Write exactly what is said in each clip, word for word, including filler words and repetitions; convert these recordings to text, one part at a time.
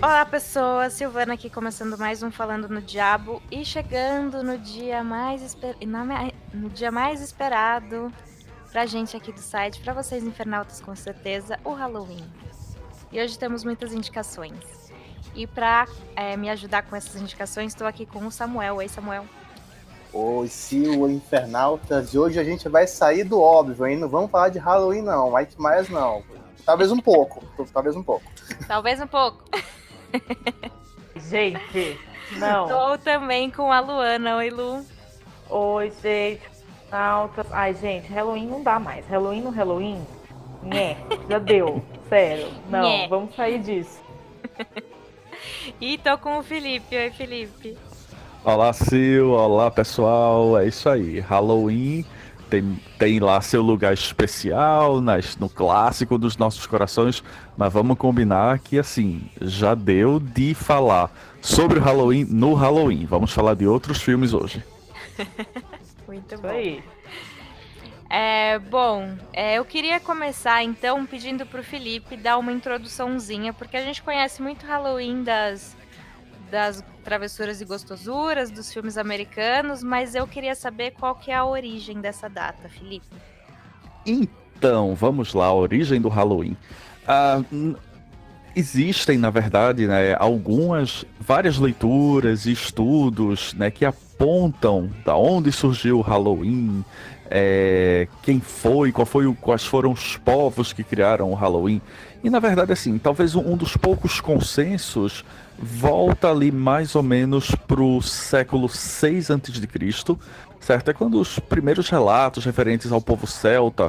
Olá, pessoas. Silvana aqui, começando mais um Falando no Diabo e chegando no dia mais, esper... na me- no dia mais esperado pra gente aqui do site, pra vocês internautas com certeza, o Halloween. E hoje temos muitas indicações. E pra eh, me ajudar com essas indicações, estou aqui com o Samuel. Oi, Samuel. Oi, Sil, internautas. E hoje a gente vai sair do óbvio, hein? Não vamos falar de Halloween, não. Mike Myers, não. Talvez um pouco. Talvez um pouco. Talvez um pouco. Gente, não. Estou também com a Luana. Oi, Lu. Oi, gente. Altas. Ai, gente, Halloween não dá mais. Halloween no Halloween? Nhé, já deu. Sério. Não, Nhé. Vamos sair disso. E tô com o Felipe. Oi, Felipe. Olá, Sil, olá pessoal, é isso aí, Halloween tem, tem lá seu lugar especial, nas, no clássico dos nossos corações, mas vamos combinar que assim, já deu de falar sobre o Halloween no Halloween, vamos falar de outros filmes hoje. Muito Isso bom. aí. É, bom, é, eu queria começar então pedindo pro Felipe dar uma introduçãozinha, porque a gente conhece muito Halloween das, das travessuras e gostosuras, dos filmes americanos, mas eu queria saber qual que é a origem dessa data, Felipe. Então, vamos lá, a origem do Halloween. Ah, n- existem, na verdade, né, algumas, várias leituras e estudos, né, que apontam da onde surgiu o Halloween, é, quem foi, qual foi o- quais foram os povos que criaram o Halloween. E, na verdade, assim, talvez um, um dos poucos consensos volta ali mais ou menos pro século seis antes de Cristo, certo? É quando os primeiros relatos referentes ao povo celta,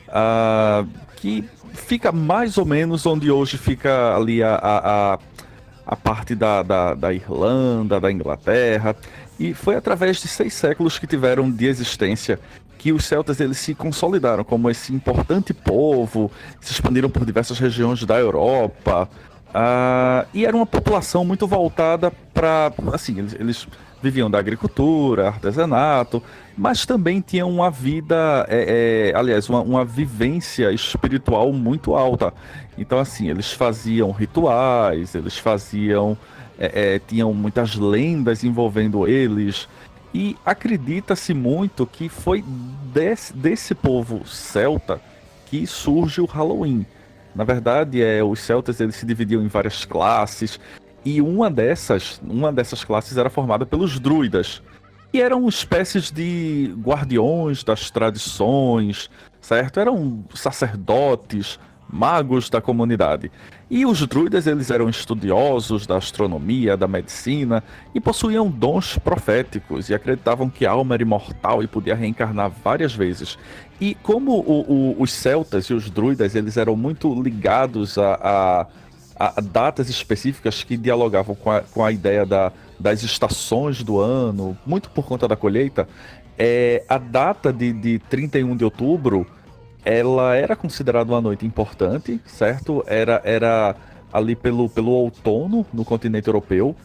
ah, que fica mais ou menos onde hoje fica ali a, a, a, a parte da, da, da Irlanda, da Inglaterra, e foi através de seis séculos que tiveram de existência que os celtas eles se consolidaram como esse importante povo, se expandiram por diversas regiões da Europa, ah, e era uma população muito voltada para, assim, eles, eles viviam da agricultura, artesanato, mas também tinham uma vida, é, é, aliás, uma, uma vivência espiritual muito alta. Então, assim, eles faziam rituais, eles faziam, é, é, tinham muitas lendas envolvendo eles. E acredita-se muito que foi desse, desse povo celta que surge o Halloween. Na verdade, é, os celtas eles se dividiam em várias classes, e uma dessas, uma dessas classes era formada pelos druidas, que eram espécies de guardiões das tradições, certo? Eram sacerdotes, magos da comunidade. E os druidas eles eram estudiosos da astronomia, da medicina e possuíam dons proféticos e acreditavam que a alma era imortal e podia reencarnar várias vezes. E como o- o- os celtas e os druidas eles eram muito ligados a, a- a datas específicas que dialogavam com a, com a ideia da- das estações do ano, muito por conta da colheita, é, a data de, de trinta e um de outubro ela era considerada uma noite importante, certo? Era, era ali pelo, pelo outono no continente europeu.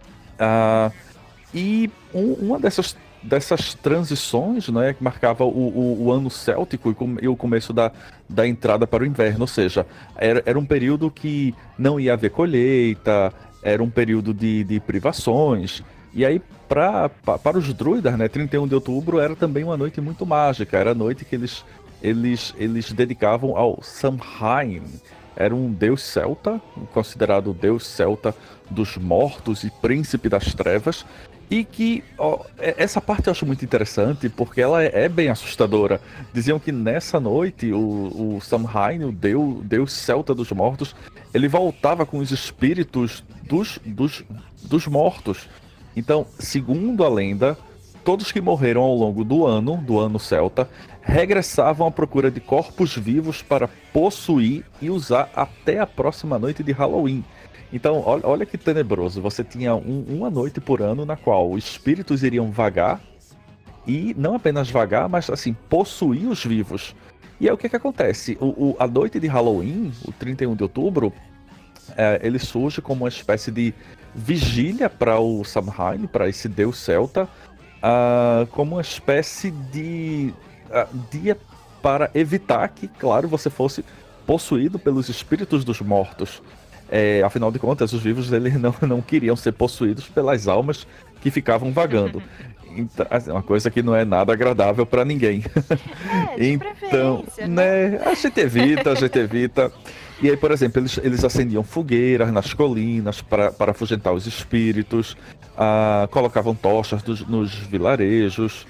Ah, e um- uma dessas, dessas transições, né, que marcava o, o, o ano céltico e, com- e o começo da, da entrada para o inverno, ou seja, era, era um período que não ia haver colheita, era um período de, de privações. E aí, pra, pa- para os druidas, né, trinta e um de outubro era também uma noite muito mágica, era a noite que eles, eles, eles dedicavam ao Samhain. Era um deus celta, considerado o deus celta dos mortos e príncipe das trevas, e que ó, é- essa parte eu acho muito interessante porque ela é, é bem assustadora. Diziam que nessa noite o, o Samhain, o deus, deus celta dos mortos, ele voltava com os espíritos dos, dos, dos mortos. Então, segundo a lenda, todos que morreram ao longo do ano, do ano celta, regressavam à procura de corpos vivos para possuir e usar até a próxima noite de Halloween. Então, olha, olha que tenebroso. Você tinha um- uma noite por ano na qual os espíritos iriam vagar, e não apenas vagar, mas assim, possuir os vivos. E aí o que que acontece? O, o- a noite de Halloween, o trinta e um de outubro, é, ele surge como uma espécie de vigília para o Samhain, para esse deus celta, ah, como uma espécie de ah, dia para evitar que, claro, você fosse possuído pelos espíritos dos mortos. é, afinal de contas, os vivos eles não, não queriam ser possuídos pelas almas que ficavam vagando. Então, assim, uma coisa que não é nada agradável para ninguém. É, de Então, preferência, né? né, a gente evita, a gente evita. E aí, por exemplo, eles, eles acendiam fogueiras nas colinas para, para afugentar os espíritos, ah, colocavam tochas dos- nos vilarejos,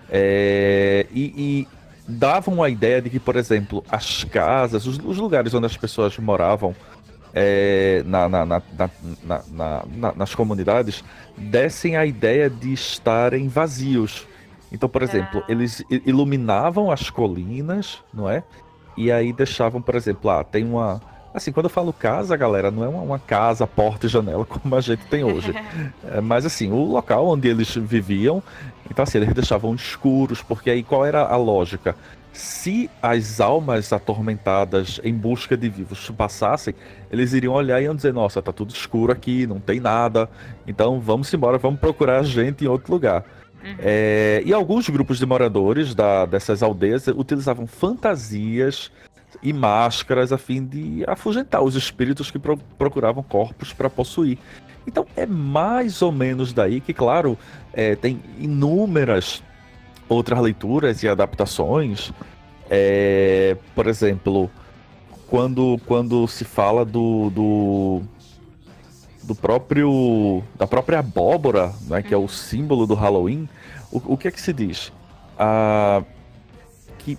é, e, e davam a ideia de que, por exemplo, as casas, os, os lugares onde as pessoas moravam, é, na, na- na- na- na- na- na- nas comunidades, dessem a ideia de estarem vazios. Então, por exemplo, Ah. eles i- iluminavam as colinas, não é? E aí deixavam, por exemplo, ah, tem uma. Assim, quando eu falo casa, galera, não é uma, uma casa, porta e janela como a gente tem hoje. É, mas assim, o local onde eles viviam, então assim, eles deixavam escuros, porque aí qual era a lógica? Se as almas atormentadas em busca de vivos passassem, eles iriam olhar e iam dizer, nossa, tá tudo escuro aqui, não tem nada, então vamos embora, vamos procurar a gente em outro lugar. É, e alguns grupos de moradores da- dessas aldeias utilizavam fantasias e máscaras a fim de afugentar os espíritos que pro- procuravam corpos para possuir. Então é mais ou menos daí que, claro, é, tem inúmeras outras leituras e adaptações. É, por exemplo, quando, quando se fala do, do, do próprio da própria abóbora, né, que é o símbolo do Halloween, o, o que é que se diz? Ah, que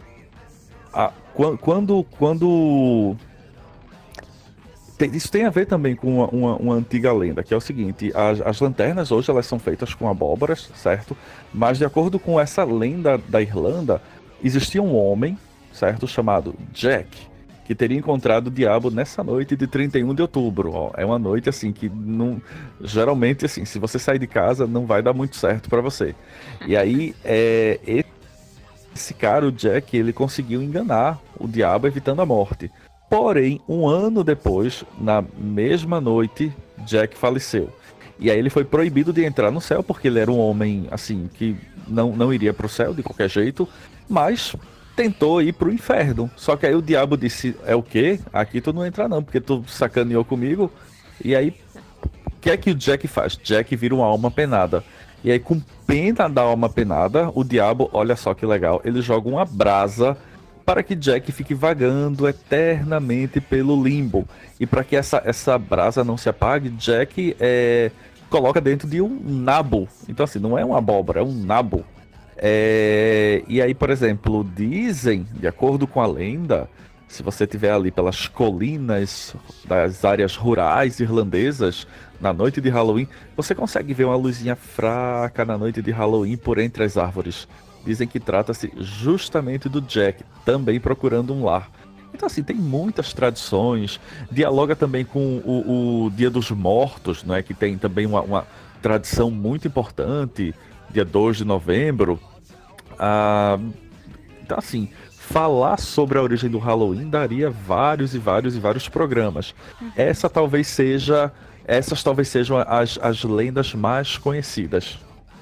ah, quan- quando quando tem- isso tem a ver também com uma, uma- uma antiga lenda, que é o seguinte: as, as lanternas hoje elas são feitas com abóboras, certo? Mas de acordo com essa lenda da Irlanda, existia um homem, certo, chamado Jack, que teria encontrado o diabo nessa noite de trinta e um de outubro. Ó, é uma noite assim que não, geralmente assim, se você sair de casa não vai dar muito certo para você. E aí é, esse cara, o Jack, ele conseguiu enganar o diabo evitando a morte. Porém, um ano depois, na mesma noite, Jack faleceu. E aí ele foi proibido de entrar no céu, porque ele era um homem, assim, que não, não iria pro céu de qualquer jeito, mas tentou ir pro inferno. Só que aí o diabo disse, é o quê? Aqui tu não entra não, porque tu sacaneou comigo. E aí, o que é que o Jack faz? Jack vira uma alma penada. E aí, com pena da alma penada, o diabo, olha só que legal, ele joga uma brasa para que Jack fique vagando eternamente pelo limbo. E para que essa, essa brasa não se apague, Jack é, coloca dentro de um nabo. Então assim, não é uma abóbora, é um nabo. É, e aí, por exemplo, dizem, de acordo com a lenda, se você estiver ali pelas colinas das áreas rurais irlandesas, na noite de Halloween, você consegue ver uma luzinha fraca na noite de Halloween por entre as árvores. Dizem que trata-se justamente do Jack, também procurando um lar. Então assim, tem muitas tradições, dialoga também com o, o Dia dos Mortos, não é? Que tem também uma, uma tradição muito importante, dia dois de novembro. Ah, então assim, falar sobre a origem do Halloween daria vários e vários e vários programas. Essa talvez seja, essas talvez sejam as, as lendas mais conhecidas.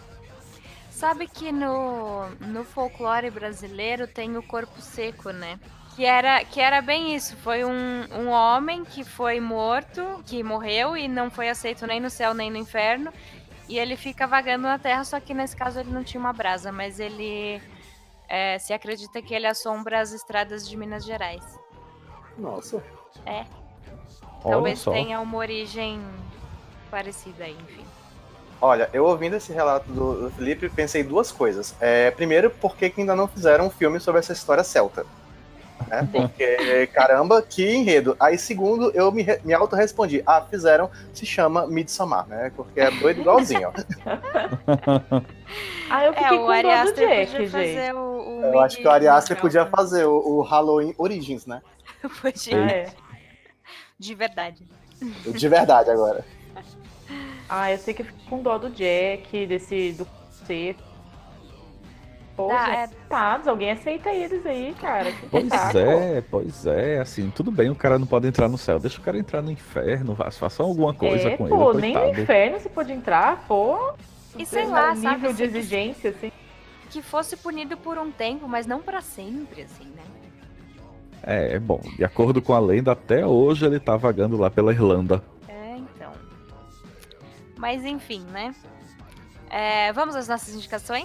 Sabe que no, no folclore brasileiro tem o corpo seco, né? Que era, que era bem isso. Foi um, um homem que foi morto, que morreu e não foi aceito nem no céu nem no inferno. E ele fica vagando na terra, só que nesse caso ele não tinha uma brasa, mas ele é, se acredita que ele assombra as estradas de Minas Gerais. Nossa. É. Olha Talvez só. tenha uma origem parecida aí, enfim. Olha, eu ouvindo esse relato do, do Felipe, pensei duas coisas. É, primeiro, por que que ainda não fizeram um filme sobre essa história celta? Né? Porque, caramba, que enredo. Aí, segundo, eu me, re- me auto-respondi. Ah, fizeram, se chama Midsommar, né? Porque é doido igualzinho. Ó. Ah, eu fiquei É, com o dó Ari do Aster Jack, podia gente. fazer o, o Eu acho que o Ari Aster Mid- podia fazer o, o Halloween Origins, né? Podia. Ah, é. De verdade. De verdade agora. Ah, eu sei que eu fico com dó do Jack, desse do C. Pô, Tá, gente, é- coitados, alguém aceita eles aí, cara. Que Pois saco. é, pois é, assim, tudo bem, o cara não pode entrar no céu, deixa o cara entrar no inferno, fa- façam alguma coisa É, com pô, ele, nem coitado. no inferno você pode entrar, pô. E sei Um lá, nível sabe? de assim, que- exigência, assim. Que fosse punido por um tempo, mas não pra sempre, assim, né? É, bom, de acordo com a lenda, até hoje ele tá vagando lá pela Irlanda. É, então. Mas enfim, né? É, vamos às nossas indicações?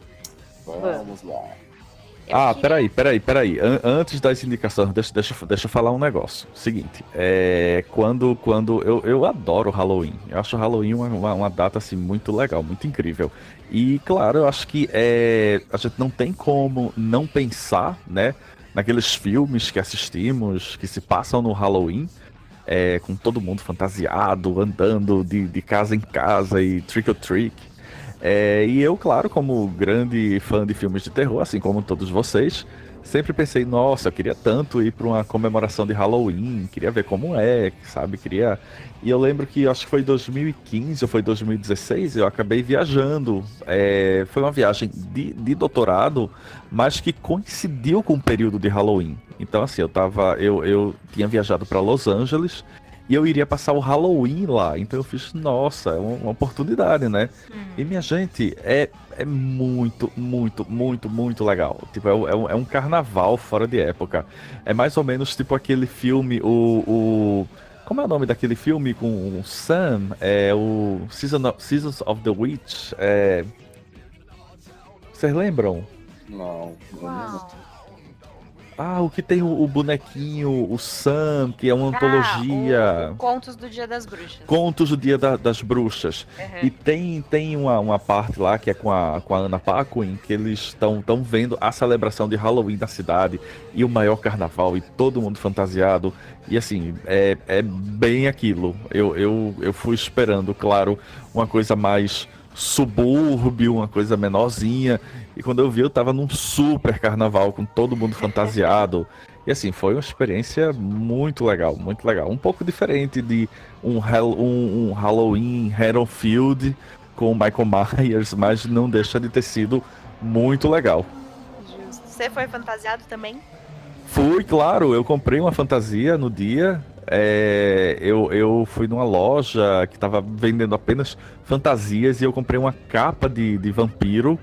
Vamos lá. Eu ah, queria- peraí, peraí, peraí. An- antes das indicações, deixa, deixa, deixa eu falar um negócio. Seguinte, é, quando, quando eu, eu adoro Halloween. Eu acho Halloween uma, uma, uma data assim muito legal, muito incrível. E claro, eu acho que é, a gente não tem como não pensar, né, naqueles filmes que assistimos, que se passam no Halloween, é, com todo mundo fantasiado, andando de, de casa em casa e trick or treat. É, e eu, claro, como grande fã de filmes de terror, assim como todos vocês, sempre pensei, nossa, eu queria tanto ir para uma comemoração de Halloween, queria ver como é, sabe? Queria. E eu lembro que acho que foi dois mil e quinze ou foi dois mil e dezesseis, eu acabei viajando. É, foi uma viagem de, de doutorado, mas que coincidiu com o período de Halloween. Então, assim, eu tava. Eu, eu tinha viajado para Los Angeles. E eu iria passar o Halloween lá. Então eu fiz, nossa, é uma, uma oportunidade, né? E minha gente, é, é muito, muito, muito, muito legal. Tipo, é, um- é um, é um carnaval fora de época. É mais ou menos tipo aquele filme, o. o como é o nome daquele filme com o Sam? É o Season of, Seasons of the Witch. É, vocês lembram? Não, não. Uau. Ah, o que tem o, o bonequinho, o Sam, que é uma Ah, antologia. o Contos do Dia das Bruxas. Contos do Dia da- das Bruxas. Uhum. E tem, tem uma, uma parte lá que é com a, com a Ana Paquin, que eles estão tão vendo a celebração de Halloween da cidade e o maior carnaval e todo mundo fantasiado. E assim, é, é bem aquilo. Eu, eu, eu fui esperando, claro, uma coisa mais subúrbio, uma coisa menorzinha. E quando eu vi, eu tava num super carnaval com todo mundo fantasiado. E assim, foi uma experiência muito legal, muito legal. Um pouco diferente de um, Hall- um, um Halloween Haddonfield com o Michael Myers, mas não deixa de ter sido muito legal. Justo. Você foi fantasiado também? Fui, claro, eu comprei uma fantasia no dia. É, eu, eu fui numa loja que estava vendendo apenas fantasias e eu comprei uma capa de, de vampiro.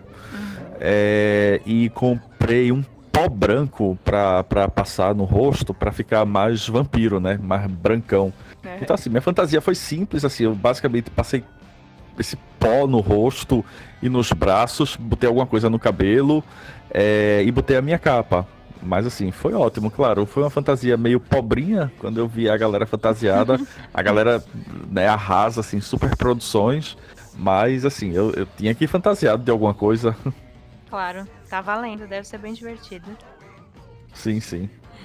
É, e comprei um pó branco pra, pra passar no rosto pra ficar mais vampiro, né? Mais brancão. Então, assim, minha fantasia foi simples, assim, eu basicamente passei esse pó no rosto e nos braços, botei alguma coisa no cabelo, é, e botei a minha capa. Mas assim, foi ótimo, claro. Foi uma fantasia meio pobrinha quando eu vi a galera fantasiada. A galera, né, arrasa, assim, super produções. Mas assim, eu, eu tinha que ir fantasiado de alguma coisa. Claro, tá valendo, deve ser bem divertido. Sim, sim.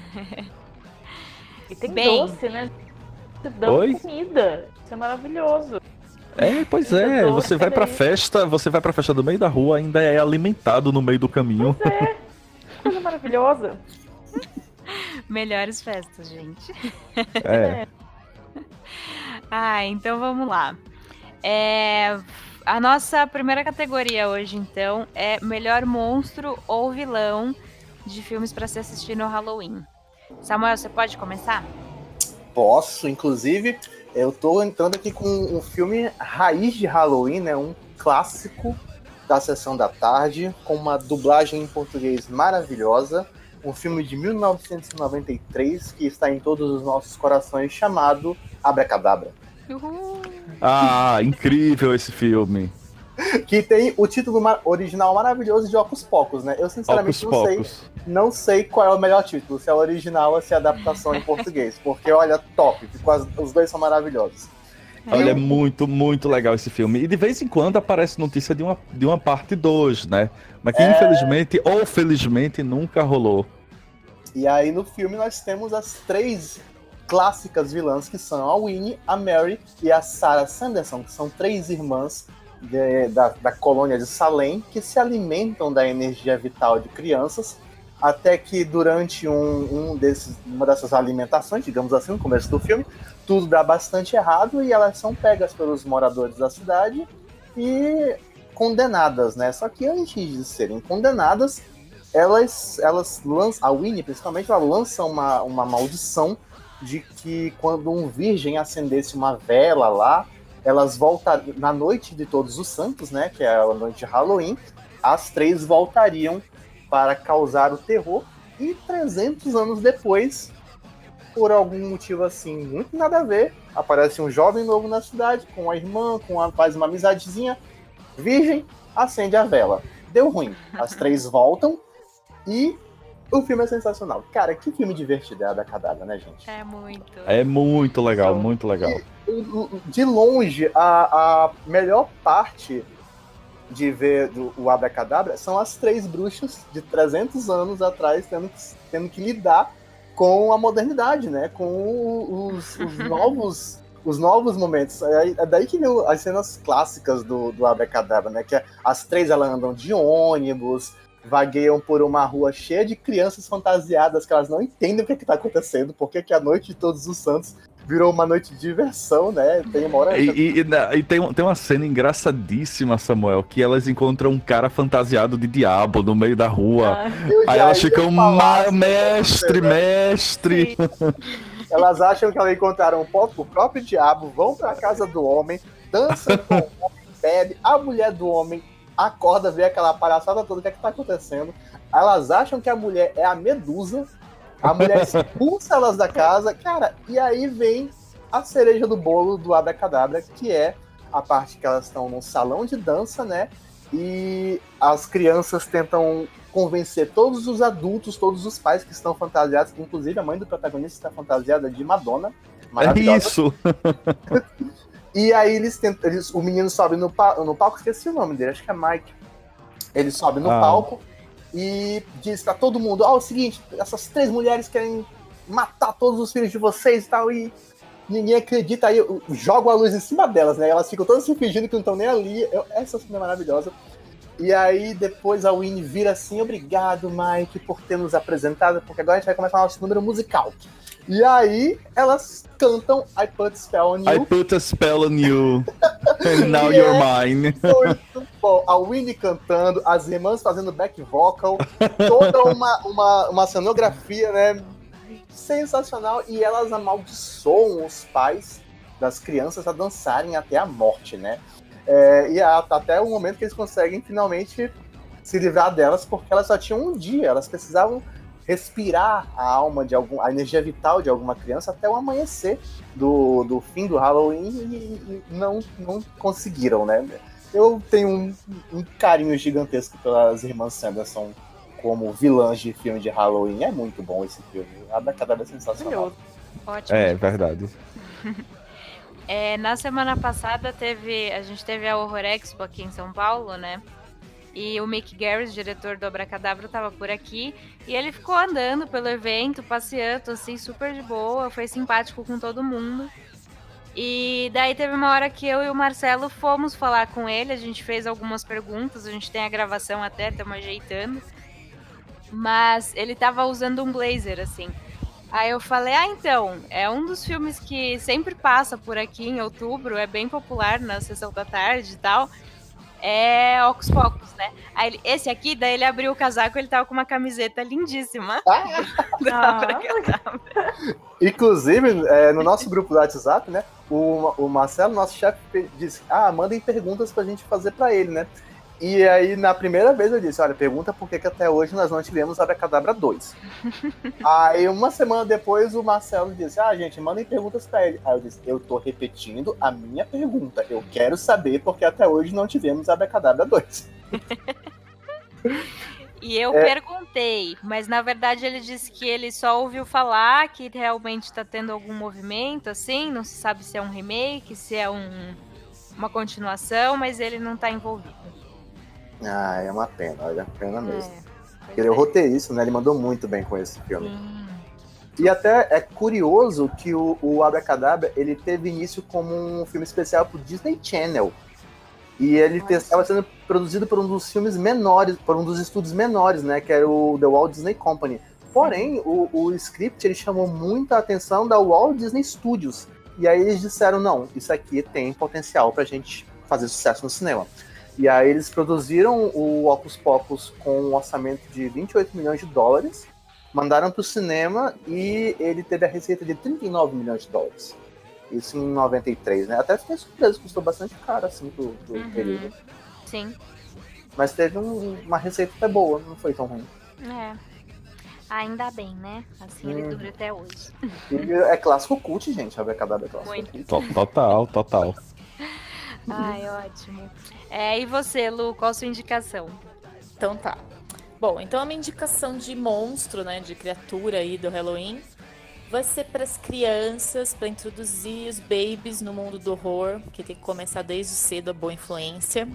E tem Bem. doce, né? Te dão Oi? comida. Isso é maravilhoso. É, pois Ainda é, doce, você vai pra delícia. festa, você vai pra festa do meio da rua, ainda é alimentado no meio do caminho. Pois é. Coisa maravilhosa. Melhores festas, gente. É. Ah, então vamos lá. É, a nossa primeira categoria hoje, então, é melhor monstro ou vilão de filmes pra se assistir no Halloween. Samuel, você pode começar? Posso, inclusive, eu tô entrando aqui com um filme raiz de Halloween, né? Um clássico da Sessão da Tarde, com uma dublagem em português maravilhosa. Um filme de mil novecentos e noventa e três que está em todos os nossos corações, chamado Abracadabra. Uhul. Ah, incrível esse filme. Que tem o título ma- original maravilhoso de Ocus Pocus, né? Eu sinceramente Ocus não sei, Pocus. não sei qual é o melhor título, se é o original ou se é a adaptação em português. Porque, olha, top. ficou as- os dois são maravilhosos. Olha, é muito, muito legal esse filme. E de vez em quando aparece notícia de uma, de uma parte dois, né? Mas que infelizmente ou felizmente nunca rolou. E aí no filme nós temos as três clássicas vilãs, que são a Winnie, a Mary e a Sarah Sanderson, que são três irmãs de- da, da colônia de Salem, que se alimentam da energia vital de crianças, até que durante um, um desses, uma dessas alimentações, digamos assim, no começo do filme, tudo dá bastante errado e elas são pegas pelos moradores da cidade e condenadas, né? Só que antes de serem condenadas, elas, elas lançam, a Winnie principalmente, ela lança uma, uma maldição de que quando um virgem acendesse uma vela lá, elas voltariam, na noite de Todos os Santos, né, que é a noite de Halloween, as três voltariam para causar o terror E trezentos anos depois, por algum motivo assim, muito nada a ver, aparece um jovem novo na cidade, com a irmã, com a, faz uma amizadezinha, virgem, acende a vela. Deu ruim. As três voltam e o filme é sensacional. Cara, que filme divertido é Abracadabra, né, gente? É muito. É muito legal, Então, muito legal. De longe, a, a melhor parte de ver do, o Abracadabra são as três bruxas de trezentos anos atrás tendo que, tendo que lidar com a modernidade, né? Com os, os novos os novos momentos. É, é daí que vem as cenas clássicas do, do Abracadabra, né? Que é, as três elas andam de ônibus, vagueiam por uma rua cheia de crianças fantasiadas que elas não entendem o que está acontecendo, porque que a noite de Todos os Santos virou uma noite de diversão, né? Tem uma hora... E, e, e, e tem, tem uma cena engraçadíssima, Samuel, que elas encontram um cara fantasiado de diabo no meio da rua. Ah, Aí elas ficam, falar, mestre, mestre. Elas acham que elas encontraram o próprio diabo, vão pra casa do homem, dançam com o homem, bebe, a mulher do homem acorda, vê aquela palhaçada toda, o que é que tá acontecendo. Elas acham que a mulher é a Medusa, a mulher expulsa elas da casa, cara, e aí vem a cereja do bolo do Abracadabra, que é a parte que elas estão num salão de dança, né, e as crianças tentam convencer todos os adultos, todos os pais que estão fantasiados, inclusive a mãe do protagonista está fantasiada de Madonna. É isso! E aí eles tentam, eles, o menino sobe no, no palco, esqueci o nome dele, acho que é Mike. Ele sobe no ah. palco e diz pra todo mundo, ó, oh, é o seguinte, essas três mulheres querem matar todos os filhos de vocês e tal, e ninguém acredita, aí eu jogo a luz em cima delas, né, elas ficam todas se fingindo que não estão nem ali, eu, essa cena é maravilhosa. E aí depois a Winnie vira assim, obrigado, Mike, por ter nos apresentado, porque agora a gente vai começar o nosso número musical. E aí elas cantam I Put a Spell on You. I put a spell on you. And now you're é mine. Muito bom. A Winnie cantando, as irmãs fazendo back vocal, toda uma, uma, uma cenografia, né? Sensacional. E elas amaldiçoam os pais das crianças a dançarem até a morte, né? É, e a, até o momento que eles conseguem finalmente se livrar delas, porque elas só tinham um dia, elas precisavam respirar a alma de algum, a energia vital de alguma criança até o amanhecer do, do fim do Halloween e, e não, não conseguiram, né? Eu tenho um, um carinho gigantesco pelas irmãs Sanderson como vilãs de filme de Halloween. É muito bom esse filme. A Abracadabra é sensacional. Ótimo. É, verdade. É, na semana passada teve, a gente teve a Horror Expo aqui em São Paulo, né? E o Mick Garris, diretor do Abracadabra, tava por aqui. E ele ficou andando pelo evento, passeando, assim, super de boa. Foi simpático com todo mundo. E daí teve uma hora que eu e o Marcelo fomos falar com ele. A gente fez algumas perguntas, a gente tem a gravação até, estamos ajeitando. Mas ele tava usando um blazer, assim. Aí eu falei, ah, então, é um dos filmes que sempre passa por aqui em outubro. É bem popular na sessão da tarde e tal. É Ocus Pocus, né? Aí ele, esse aqui, daí ele abriu o casaco e ele tava com uma camiseta lindíssima. Ah. Inclusive, é, no nosso grupo do WhatsApp, né? O, o Marcelo, nosso chefe, disse, ah, mandem perguntas pra gente fazer pra ele, né? E aí, na primeira vez eu disse, olha, pergunta por que que até hoje nós não tivemos Abracadabra dois. Aí, uma semana depois, o Marcelo disse, ah, gente, mandem perguntas pra ele. Aí eu disse, eu tô repetindo a minha pergunta. Eu quero saber porque até hoje não tivemos Abracadabra dois. E eu é... perguntei, mas na verdade ele disse que ele só ouviu falar, que realmente tá tendo algum movimento, assim, não se sabe se é um remake, se é um, uma continuação, mas ele não tá envolvido. Ah, é uma pena, olha, a pena mesmo. É, ele é o roteirista, né? Ele mandou muito bem com esse filme. Sim. E até é curioso que o, o Abracadabra, ele teve início como um filme especial pro Disney Channel. E ele estava sendo produzido por um dos filmes menores, por um dos estúdios menores, né? Que era o The Walt Disney Company. Porém, o, o script, ele chamou muita atenção da Walt Disney Studios. E aí eles disseram, não, isso aqui tem potencial pra gente fazer sucesso no cinema. E aí eles produziram o Ocus Pocus com um orçamento de vinte e oito milhões de dólares, mandaram para o cinema e ele teve a receita de trinta e nove milhões de dólares. Isso em noventa e três, né? Até fiquei surpreso, custou bastante caro, assim, pro, pro uhum. período. Sim. Mas teve um, uma receita até boa, não foi tão ruim. É. Ainda bem, né? Assim ele Hum. dura até hoje. E é clássico cult, gente. Abracadabra é clássico Muito. cult. To- Total, total. Ai, ótimo. É, e você, Lu, qual a sua indicação? Então tá. Bom, então a minha indicação de monstro, né, de criatura aí do Halloween, vai ser para as crianças, para introduzir os babies no mundo do horror, que tem que começar desde cedo a boa influência.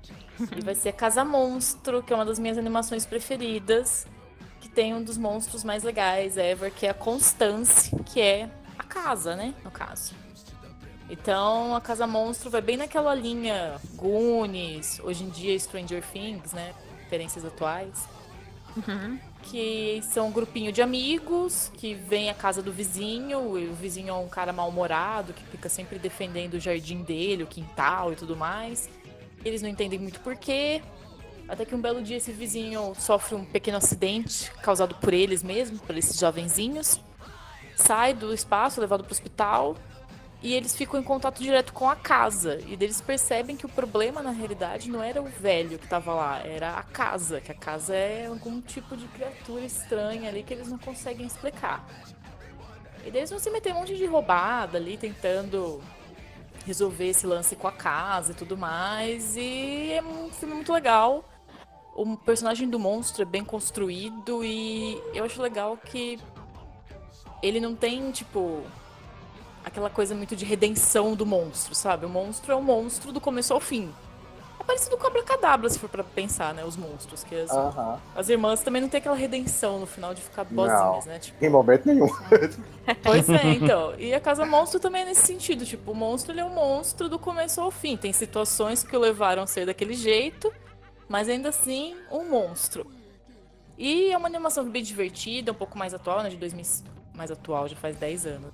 E vai ser a Casa Monstro, que é uma das minhas animações preferidas, que tem um dos monstros mais legais ever, que é a Constance, que é a casa, né, no caso. Então, a Casa Monstro vai bem naquela linha Goonies, hoje em dia Stranger Things, né, referências atuais. Uhum. Que são um grupinho de amigos que vem à casa do vizinho, e o vizinho é um cara mal-humorado, que fica sempre defendendo o jardim dele, o quintal e tudo mais. Eles não entendem muito porquê. Até que um belo dia esse vizinho sofre um pequeno acidente causado por eles mesmos, por esses jovenzinhos. Sai do espaço, levado para o hospital. E eles ficam em contato direto com a casa. E eles percebem que o problema, na realidade, não era o velho que estava lá, era a casa. Que a casa é algum tipo de criatura estranha ali que eles não conseguem explicar. E daí eles vão se meter um monte de roubada ali, tentando resolver esse lance com a casa e tudo mais. E é um filme muito legal. O personagem do monstro é bem construído e eu acho legal que ele não tem, tipo, aquela coisa muito de redenção do monstro, sabe? O monstro é um monstro do começo ao fim. É parecido com Abracadabra, se for pra pensar, né? Os monstros. Que as, Aham. as irmãs também não tem aquela redenção no final de ficar boazinhas, Não. né? Tipo, Em momento nenhum. pois é, então. E a Casa Monstro também é nesse sentido. Tipo, o monstro ele é um monstro do começo ao fim. Tem situações que o levaram a ser daquele jeito, mas ainda assim, um monstro. E é uma animação bem divertida, um pouco mais atual, né? De dois mil. Mais atual, já faz dez anos.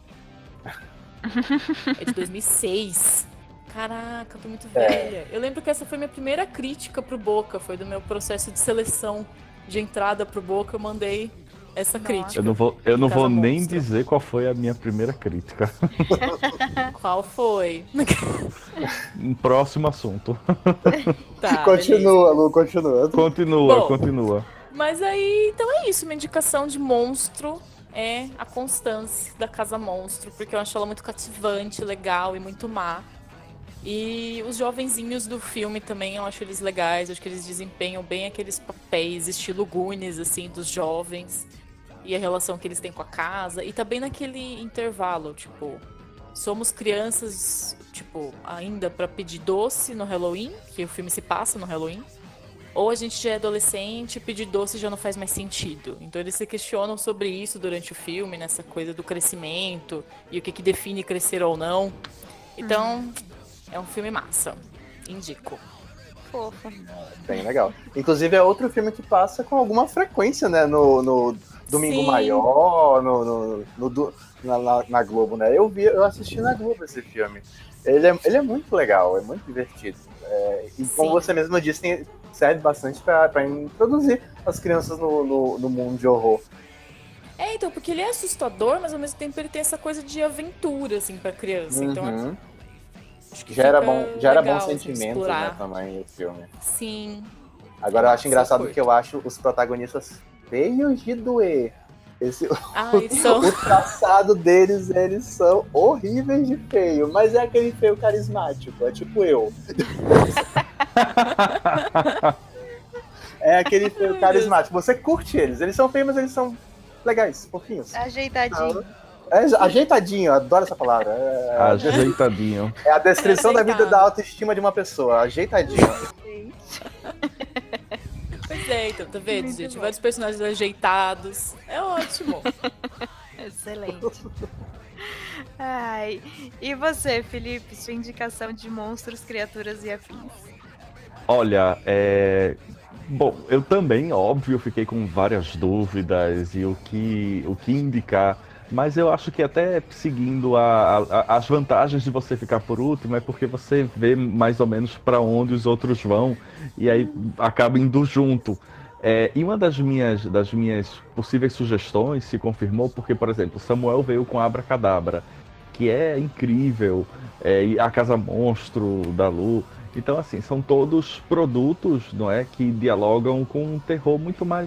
É de dois mil e seis. Caraca, eu tô muito velha. Eu lembro que essa foi minha primeira crítica pro Boca. Foi do meu processo de seleção de entrada pro Boca. Eu mandei essa Nossa. crítica. Eu não vou, eu não Casa vou nem Monstro. dizer qual foi a minha primeira crítica. Qual foi? Um próximo assunto. Tá, beleza. Continua, Lu, continua. Continua, Bom. continua. Mas aí, então é isso. Minha indicação de monstro é a Constance da Casa Monstro, porque eu acho ela muito cativante, legal e muito má. E os jovenzinhos do filme também, eu acho eles legais, eu acho que eles desempenham bem aqueles papéis, estilo Goonies, assim, dos jovens. E a relação que eles têm com a casa. E tá bem naquele intervalo, tipo, somos crianças, tipo, ainda pra pedir doce no Halloween, que o filme se passa no Halloween. Ou a gente já é adolescente e pedir doce já não faz mais sentido. Então eles se questionam sobre isso durante o filme, nessa coisa do crescimento e o que, que define crescer ou não. Então, é um filme massa. Indico. Fofo. Bem legal. Inclusive é outro filme que passa com alguma frequência, né? No, no Domingo Sim. Maior, no, no, no do- na, na- na Globo, né? Eu vi, eu assisti na Globo esse filme. Ele é, ele é muito legal, é muito divertido. É, e como Sim. você mesma disse, tem- serve bastante pra, pra introduzir as crianças no, no, no mundo de horror. É, então, porque ele é assustador, mas ao mesmo tempo ele tem essa coisa de aventura, assim, pra criança. Então, Uhum. acho que Gera fica bom, gera legal, bons assim, sentimentos, né, explorar. também, o filme. Sim. Agora eu acho Sim, engraçado curto. que eu acho os protagonistas feios de doer. Esse, Ah, eles são... o traçado deles, eles são horríveis de feio, mas é aquele feio carismático, é tipo eu. É aquele feio Ai, carismático. Você curte eles, eles são feios, mas eles são legais, fofinhos. Ajeitadinho. É ajeitadinho, eu adoro essa palavra. É, Ajeitadinho. é a descrição da vida Ajeitado. da autoestima de uma pessoa, ajeitadinho. Pois é, então, tá vendo, Muito gente? bom. Vários personagens ajeitados. É ótimo. Excelente. Ai. E você, Felipe, sua indicação de monstros, criaturas e afins? Olha, é... Bom, eu também, óbvio, fiquei com várias dúvidas e o que, o que indicar, mas eu acho que até seguindo a- a- as vantagens de você ficar por último é porque você vê mais ou menos para onde os outros vão e aí acaba indo junto. É, e uma das minhas, das minhas possíveis sugestões se confirmou porque, por exemplo, Samuel veio com Abracadabra, que é incrível, é, e a Casa Monstro da Lu. Então, assim, são todos produtos, não é, que dialogam com um terror muito mais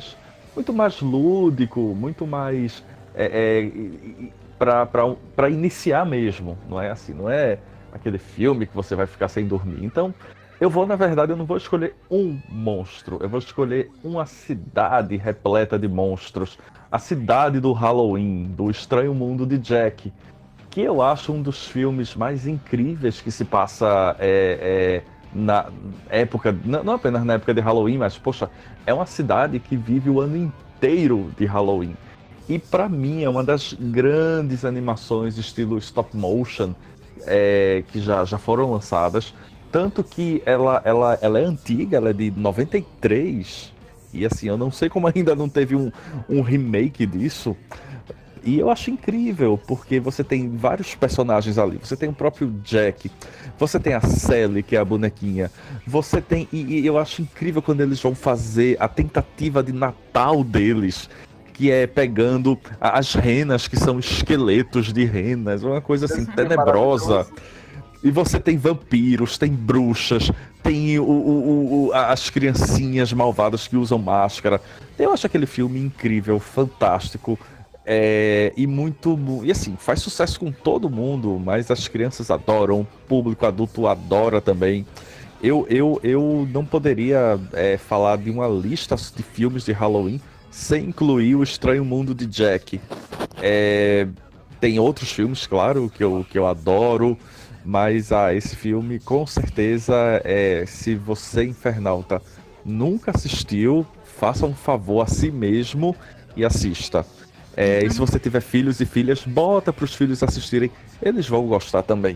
muito mais lúdico, muito mais é, é, para iniciar mesmo, não é assim, não é aquele filme que você vai ficar sem dormir. Então, eu vou, na verdade, eu não vou escolher um monstro, eu vou escolher uma cidade repleta de monstros, a cidade do Halloween, do Estranho Mundo de Jack, que eu acho um dos filmes mais incríveis que se passa é, é, na época, não apenas na época de Halloween, mas, poxa, é uma cidade que vive o ano inteiro de Halloween. E para mim é uma das grandes animações estilo stop motion é, que já, já foram lançadas. Tanto que ela, ela, ela é antiga, ela é de noventa e três. E assim, eu não sei como ainda não teve um, um remake disso. E eu acho incrível, porque você tem vários personagens ali. Você tem o próprio Jack, você tem a Sally, que é a bonequinha. Você tem. E, e eu acho incrível quando eles vão fazer a tentativa de Natal deles, que é pegando as renas, que são esqueletos de renas, uma coisa assim, É tenebrosa. E você tem vampiros, tem bruxas, tem o, o, o, as criancinhas malvadas que usam máscara. Eu acho aquele filme incrível, fantástico. É, e muito. E assim, faz sucesso com todo mundo, mas as crianças adoram, o público adulto adora também. Eu, eu, eu não poderia é, falar de uma lista de filmes de Halloween sem incluir o Estranho Mundo de Jack. É, tem outros filmes, claro, que eu, que eu adoro, mas ah, esse filme, com certeza, é, se você, infernalta, nunca assistiu, faça um favor a si mesmo e assista. É, e se você tiver filhos e filhas, bota para os filhos assistirem, eles vão gostar também.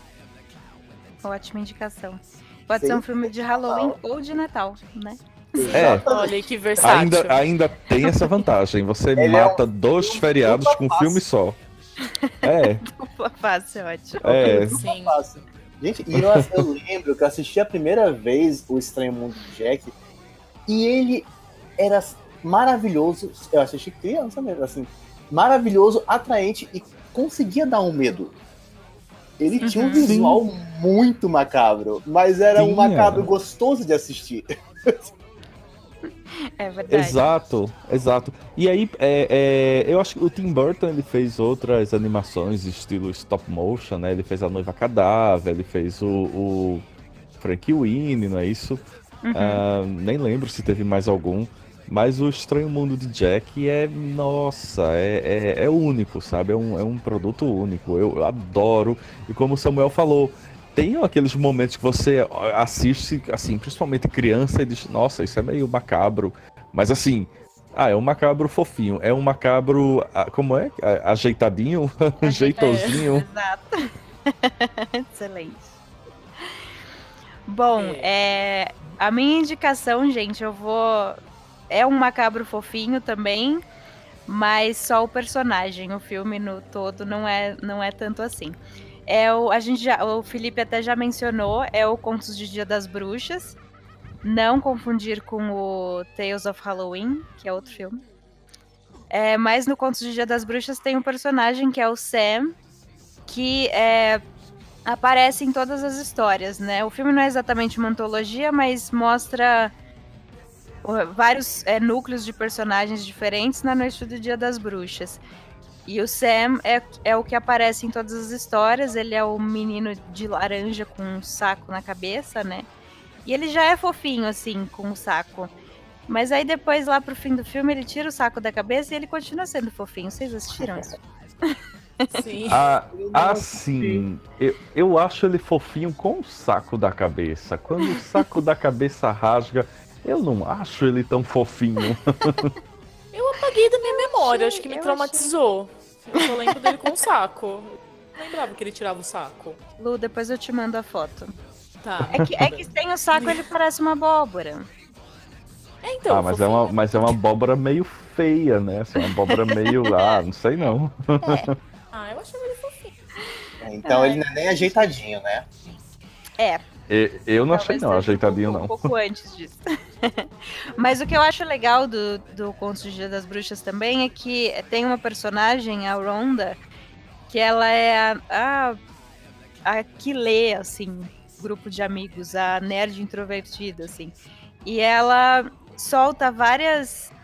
Ótima indicação. Pode Sim. ser um filme de Halloween ou de Natal, né? É, Olha que versátil. ainda, ainda tem essa vantagem, você Ele mata é um dois filme feriados dupla com um face. filme só. É, Dupla face, ótimo. é, Sim. Fácil. Gente, e eu, eu lembro que eu assisti a primeira vez o Estranho Mundo de Jack e ele era maravilhoso. Eu assisti criança mesmo, assim, maravilhoso, atraente e conseguia dar um medo. Ele tinha um Uhum. visual muito macabro, mas era um Tinha. macabro gostoso de assistir. É verdade. exato, exato. E aí, é, é, eu acho que o Tim Burton ele fez outras animações estilo stop motion, né? Ele fez A Noiva Cadáver, ele fez o, o Frank Winnie, não é isso? Uhum. Ah, nem lembro se teve mais algum. Mas o Estranho Mundo de Jack é, nossa, é, é, é único, sabe? É um, é um produto único. Eu, eu adoro. E como o Samuel falou, tem aqueles momentos que você assiste, assim, principalmente criança, e diz, nossa, isso é meio macabro. Mas assim, ah, é um macabro fofinho. É um macabro, ah, como é? Ah, ajeitadinho, jeitosinho. Exato. Excelente. Bom, é, a minha indicação, gente, eu vou. É um macabro fofinho também, mas só o personagem, o filme no todo não é, não é tanto assim. É o, a gente já, o Felipe até já mencionou, é o Contos de Dia das Bruxas. Não confundir com o Tales of Halloween, que é outro filme. É, mas no Contos de Dia das Bruxas tem um personagem que é o Sam, que é, aparece em todas as histórias, né? O filme não é exatamente uma antologia, mas mostra vários é, núcleos de personagens diferentes na noite do Dia das Bruxas. E o Sam é, é o que aparece em todas as histórias. Ele é o menino de laranja com um saco na cabeça, né? E ele já é fofinho, assim, com o saco. Mas aí depois, lá pro fim do filme, ele tira o saco da cabeça e ele continua sendo fofinho. Vocês assistiram isso? Sim. Ah, assim, eu, eu acho ele fofinho com o saco da cabeça. Quando o saco da cabeça rasga, eu não acho ele tão fofinho. Eu apaguei da minha Eu memória, achei, acho que me eu traumatizou. Eu só lembro dele com o saco. Não lembrava que ele tirava o saco. Lu, depois eu te mando a foto. Tá. É que, é que sem o saco ele parece uma abóbora. É, então, Ah, mas é, uma, mas é uma abóbora meio feia, né? Assim, uma abóbora meio. Ah, não sei não. Ah, eu achava ele fofinho. Então Ai. ele não é nem ajeitadinho, né? É. E- Eu não achei Talvez não, seja ajeitadinho um pouco, não. Um pouco antes disso. Mas o que eu acho legal do, do Contos de Dia das Bruxas também é que tem uma personagem, a Rhonda, que ela é a, a, a que lê, assim, grupo de amigos, a nerd introvertida, assim. E ela solta várias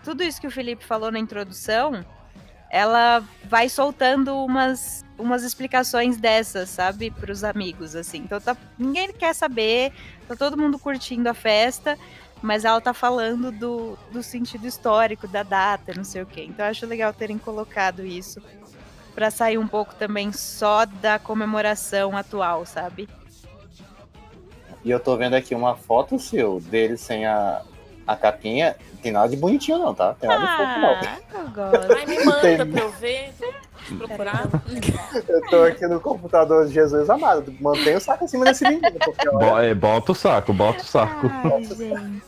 tudo isso que o Felipe falou na introdução, ela vai soltando umas, umas explicações dessas, sabe, pros amigos, assim. Então tá, ninguém quer saber, tá todo mundo curtindo a festa, mas ela tá falando do, do sentido histórico, da data, não sei o quê. Então eu acho legal terem colocado isso, pra sair um pouco também só da comemoração atual, sabe? E eu tô vendo aqui uma foto, seu, dele sem a, a capinha. Não tem nada de bonitinho não, tá? Tem nada de fofo não. Ah, eu gosto. Ai, me manda Tem- pra eu ver, vou procurar. Eu tô aqui no computador de Jesus amado. Mantenha o saco acima desse menino, porque olha, Bo- é, bota o saco, bota o saco. Ai, gente.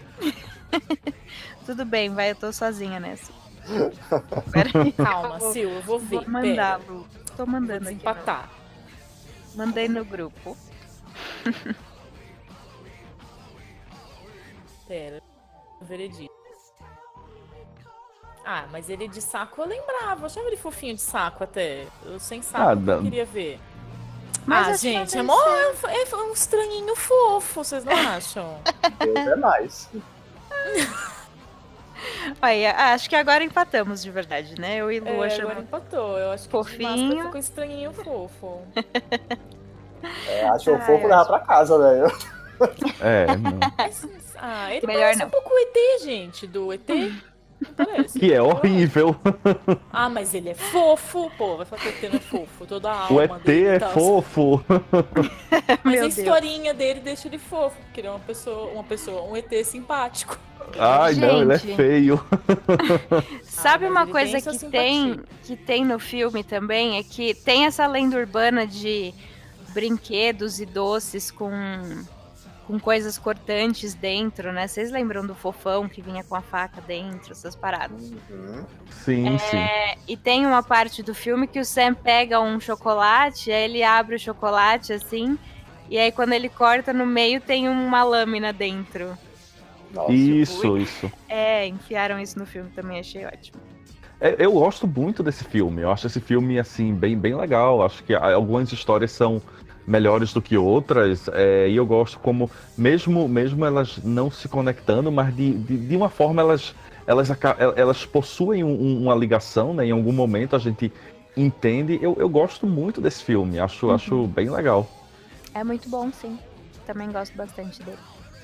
Tudo bem, vai, eu tô sozinha nessa. Peraí, Calma, eu vou, Sil, eu vou ver. vou Pera, mandar, Lu. Tô vou mandando aqui. desempatar. Mandei no grupo. Pera, o veredito. Ah, mas ele de saco eu lembrava. Eu achava ele fofinho de saco até. Eu sem saco Ah, eu dá- queria ver. Mas ah, acho que gente, é, vai mó, ser. é, é um estranhinho fofo, vocês não acham? Deus é mais. Olha, acho que agora empatamos de verdade, né? Eu e Lu É, achamos. agora empatou. Eu acho que Fofinho. de máscara ficou estranhinho fofo. É, achou Ai, fofo levar acho- pra casa, velho. É, não. Mas, ah, ele Melhor parece não. um pouco o E T, gente, do E T. Não parece? Que é horrível. Ah, mas ele é fofo, pô. Vai falar que o E T não é fofo. Toda a alma O E T dele e é tal. fofo. Mas Meu a Deus. historinha dele deixa ele fofo, porque ele é uma pessoa, uma pessoa, um E T simpático. Ai, não, ele é Gente. feio. Sabe mas uma ele coisa tem sua que simpatia. tem, que tem no filme também? É que tem essa lenda urbana de brinquedos e doces com, com coisas cortantes dentro, né? Vocês lembram do fofão que vinha com a faca dentro, essas paradas? Uhum. Sim, sim. É, e tem uma parte do filme que o Sam pega um chocolate, aí ele abre o chocolate assim, e aí quando ele corta no meio tem uma lâmina dentro. Nossa. Isso, isso. É, enfiaram isso no filme também, achei ótimo. É, eu gosto muito desse filme. Eu acho esse filme, assim, bem, bem legal. Acho que algumas histórias são melhores do que outras. é, e eu gosto como, mesmo, mesmo elas não se conectando, mas de, de, de uma forma elas, elas, aca- elas possuem um- um- uma ligação, né? Em algum momento a gente entende. Eu, eu gosto muito desse filme. Acho, acho bem legal. É muito bom, sim. Também gosto bastante dele.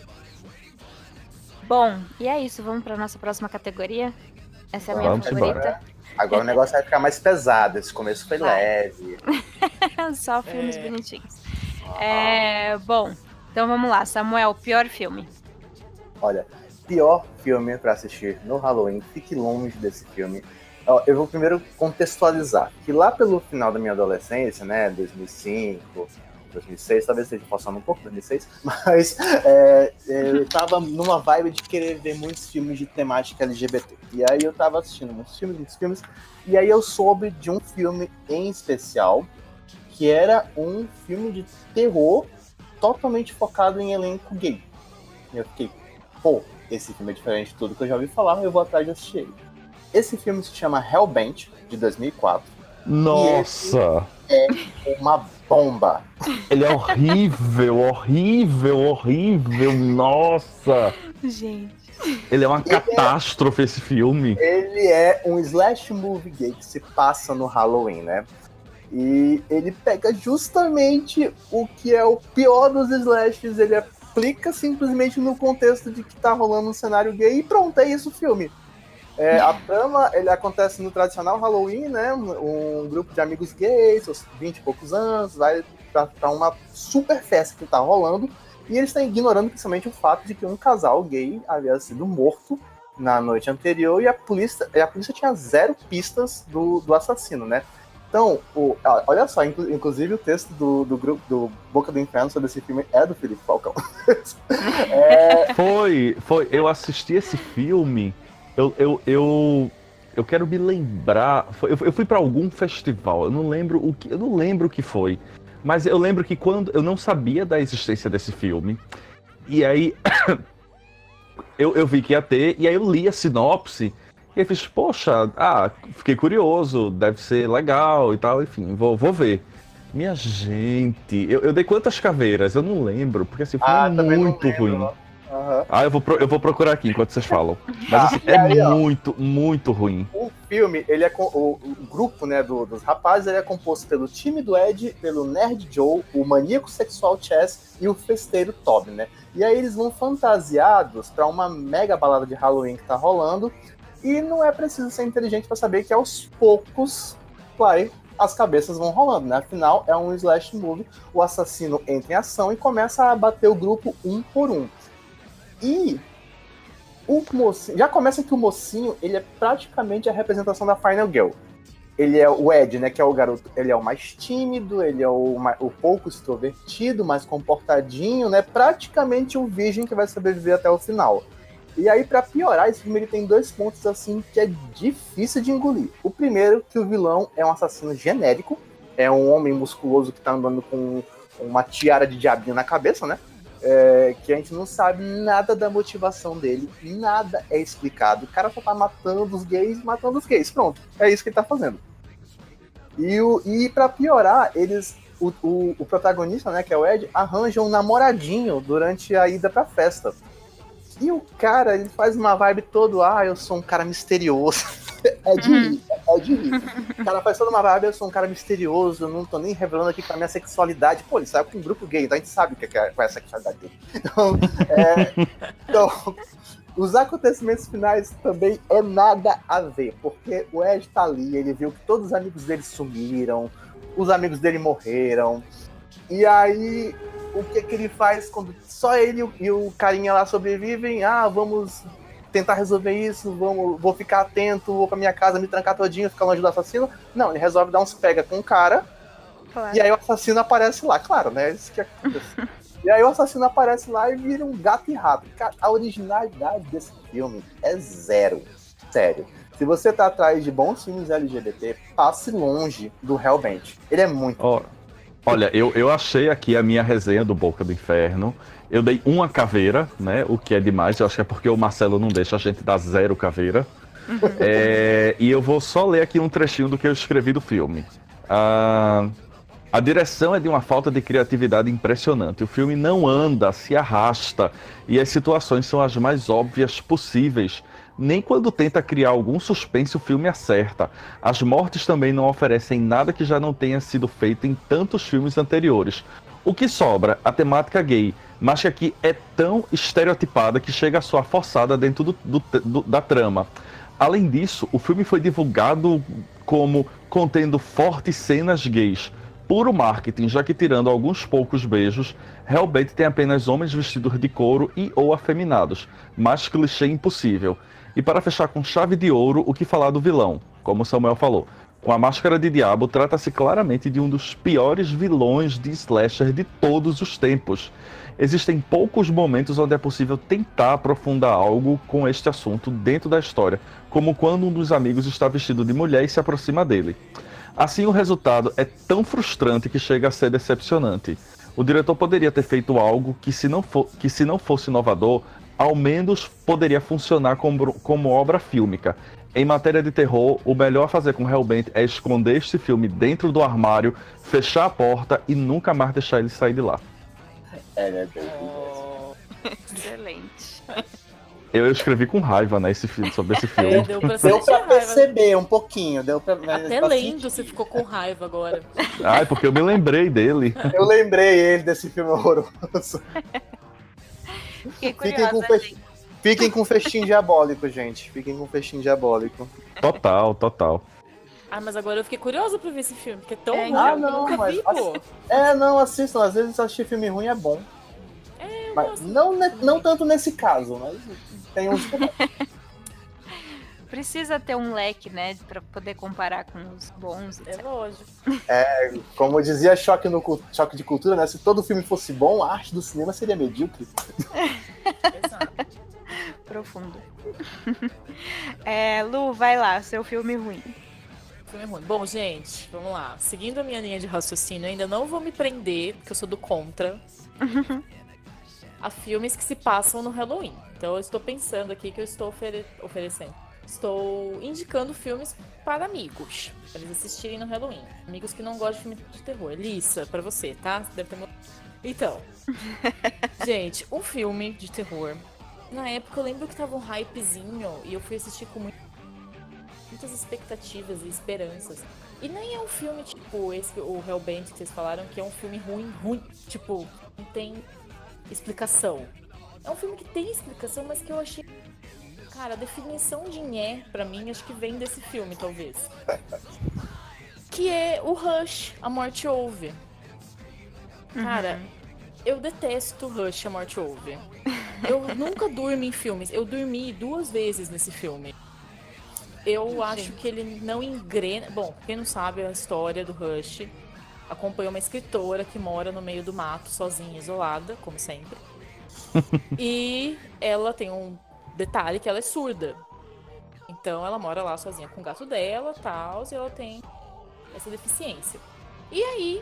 Bom, e é isso. Vamos para nossa próxima categoria? Essa é a minha Vamos favorita. embora. Agora o negócio vai ficar mais pesado. Esse começo foi Vai. leve. Só filmes É. bonitinhos. É, bom, então vamos lá. Samuel, pior filme. Olha, pior filme pra assistir no Halloween, fique longe desse filme. Ó, eu vou primeiro contextualizar que lá pelo final da minha adolescência, né, dois mil e cinco, dois mil e seis, talvez esteja passando um pouco, dois mil e seis, mas é, eu tava numa vibe de querer ver muitos filmes de temática L G B T. E aí eu tava assistindo muitos filmes, muitos filmes, e aí eu soube de um filme em especial, que era um filme de terror totalmente focado em elenco gay. E eu fiquei, pô, esse filme é diferente de tudo que eu já ouvi falar, eu vou atrás de assistir ele. Esse filme se chama Hellbent, de dois mil e quatro. Nossa! Uma bomba. Ele é horrível, horrível, horrível. Nossa! Gente. Ele é uma catástrofe, esse filme. Ele é um slash movie gay que se passa no Halloween, né? E ele pega justamente o que é o pior dos slashes, ele aplica simplesmente no contexto de que tá rolando um cenário gay e pronto, é isso o filme. É, a trama, ele acontece no tradicional Halloween, né? Um, um grupo de amigos gays, seus vinte e poucos anos, vai pra, pra uma super festa que tá rolando, e eles estão ignorando principalmente o fato de que um casal gay havia sido morto na noite anterior e a polícia, e a polícia tinha zero pistas do, do assassino, né? Então, o, ah, olha só, inclu, inclusive o texto do, do grupo do Boca do Inferno sobre esse filme é do Felipe Falcão. é, Foi, foi. Eu assisti esse filme. Eu, eu, eu, eu quero me lembrar. Foi, eu, eu fui pra algum festival. Eu não lembro o que. Eu não lembro o que foi. Mas eu lembro que quando eu não sabia da existência desse filme. E aí eu, eu vi que ia ter. E aí eu li a sinopse. E eu fiz, poxa, ah, fiquei curioso, deve ser legal e tal, enfim, vou, vou ver. Minha gente, eu, eu dei quantas caveiras? Eu não lembro, porque assim, foi ah, também não muito lembro. ruim. Aham. Ah, eu vou, pro- eu vou procurar aqui enquanto vocês falam. Mas assim, e é aí, ó. muito, muito ruim. O filme, ele é com, o, o grupo, né, do- dos rapazes, ele é composto pelo time do Ed, pelo Nerd Joe, o maníaco sexual Chess e o festeiro Toby, né? E aí eles vão fantasiados pra uma mega balada de Halloween que tá rolando. E não é preciso ser inteligente pra saber que aos poucos, vai, as cabeças vão rolando, né? Afinal, é um slash movie, o assassino entra em ação e começa a bater o grupo um por um. E o mocinho, já começa que o mocinho, ele é praticamente a representação da Final Girl. Ele é o Ed, né, que é o garoto, ele é o mais tímido, ele é o, mais, o pouco extrovertido, mais comportadinho, né, praticamente o virgem que vai sobreviver até o final. E aí, pra piorar, esse filme ele tem dois pontos, assim, que é difícil de engolir. O primeiro, que o vilão é um assassino genérico, é um homem musculoso que tá andando com uma tiara de diabinho na cabeça, né, é, que a gente não sabe nada da motivação dele, nada é explicado. O cara só tá matando os gays, matando os gays, pronto. É isso que ele tá fazendo. E, o, e pra piorar, eles, o, o, o protagonista, né, que é o Ed, arranja um namoradinho durante a ida pra festa. E o cara, ele faz uma vibe todo, ah, eu sou um cara misterioso. É de rir, é de rir. O cara faz toda uma vibe, eu sou um cara misterioso, eu não tô nem revelando aqui pra minha sexualidade. Pô, ele saiu com um grupo gay, então a gente sabe o que é, qual é a sexualidade dele. Então, é, então, os acontecimentos finais também é nada a ver, porque o Ed tá ali, ele viu que todos os amigos dele sumiram, os amigos dele morreram, e aí o que que ele faz quando só ele e o carinha lá sobrevivem? Ah, vamos tentar resolver isso, vamos, vou ficar atento, vou pra minha casa, me trancar todinho, ficar longe do assassino. Não, ele resolve dar uns pega com o cara, claro. E aí o assassino aparece lá, claro, né? Isso que acontece. E aí o assassino aparece lá e vira um gato e rato. Cara, a originalidade desse filme é zero. Sério. Se você tá atrás de bons filmes L G B T, passe longe do Hellbent. Ele é muito oh, Olha, eu, eu achei aqui a minha resenha do Boca do Inferno. Eu dei uma caveira, né? O que é demais. Eu acho que é porque o Marcelo não deixa a gente dar zero caveira. Uhum. É, e eu vou só ler aqui um trechinho do que eu escrevi do filme. Ah, a direção é de uma falta de criatividade impressionante. O filme não anda, se arrasta. E as situações são as mais óbvias possíveis. Nem quando tenta criar algum suspense o filme acerta. As mortes também não oferecem nada que já não tenha sido feito em tantos filmes anteriores. O que sobra? A temática gay, mas que aqui é tão estereotipada que chega a soar forçada dentro do, do, do, da trama. Além disso, o filme foi divulgado como contendo fortes cenas gays. Puro marketing, já que tirando alguns poucos beijos, Hellbent tem apenas homens vestidos de couro e ou afeminados. Mais clichê impossível. E para fechar com chave de ouro, o que falar do vilão? Como Samuel falou, com a máscara de diabo, trata-se claramente de um dos piores vilões de slasher de todos os tempos. Existem poucos momentos onde é possível tentar aprofundar algo com este assunto dentro da história, como quando um dos amigos está vestido de mulher e se aproxima dele. Assim, o resultado é tão frustrante que chega a ser decepcionante. O diretor poderia ter feito algo que, se não, for, que, se não fosse inovador, ao menos poderia funcionar como, como obra fílmica. Em matéria de terror, o melhor a fazer com Hellbent é esconder este filme dentro do armário, fechar a porta e nunca mais deixar ele sair de lá. É, né? Excelente. Eu escrevi com raiva, né, esse filme, sobre esse filme. É, deu pra, deu pra perceber um pouquinho. Deu pra, Até lendo você ficou com raiva agora. Ah, é porque eu me lembrei dele. Eu lembrei ele desse filme horroroso. Fiquei curiosa, Fiquem com, fe... Fiquem com festim diabólico, gente. Fiquem com festim diabólico. Total, total. Ah, mas agora eu fiquei curiosa pra ver esse filme, porque é tão é, ruim, ah, eu não, nunca mas, vi, pô. É, não, assistam. Às vezes assistir filme ruim é bom. É, mas não, ne... não tanto nesse caso, mas tem uns que... Precisa ter um leque, né, pra poder comparar com os bons. É lógico. É, como dizia Choque, no, Choque de Cultura, né? Se todo filme fosse bom, a arte do cinema seria medíocre. Exato. Profundo. É, Lu, vai lá, seu filme ruim. Filme ruim. Bom, gente, vamos lá. Seguindo a minha linha de raciocínio, eu ainda não vou me prender, porque eu sou do contra, a filmes que se passam no Halloween. Então eu estou pensando aqui que eu estou ofere- oferecendo. Estou indicando filmes para amigos, para eles assistirem no Halloween. Amigos que não gostam de filme de terror. Elissa, para você, tá? Deve ter... Então, gente, um filme de terror. Na época eu lembro que tava um hypezinho e eu fui assistir com muito- muitas expectativas e esperanças. E nem é um filme tipo esse, o Hellbent que vocês falaram, que é um filme ruim, ruim, tipo, não tem explicação. É um filme que tem explicação, mas que eu achei... Cara, a definição de nhé, pra mim, acho que vem desse filme, talvez. Que é o Rush, A Morte Ouve. Cara, Uhum. eu detesto Rush, A Morte Ouve. Eu nunca durmo em filmes. Eu dormi duas vezes nesse filme. Eu acho que ele não engrena... Bom, quem não sabe a história do Rush, acompanha uma escritora que mora no meio do mato, sozinha, isolada, como sempre. E ela tem um detalhe que ela é surda. Então ela mora lá sozinha com o gato dela, tal, e ela tem essa deficiência. E aí,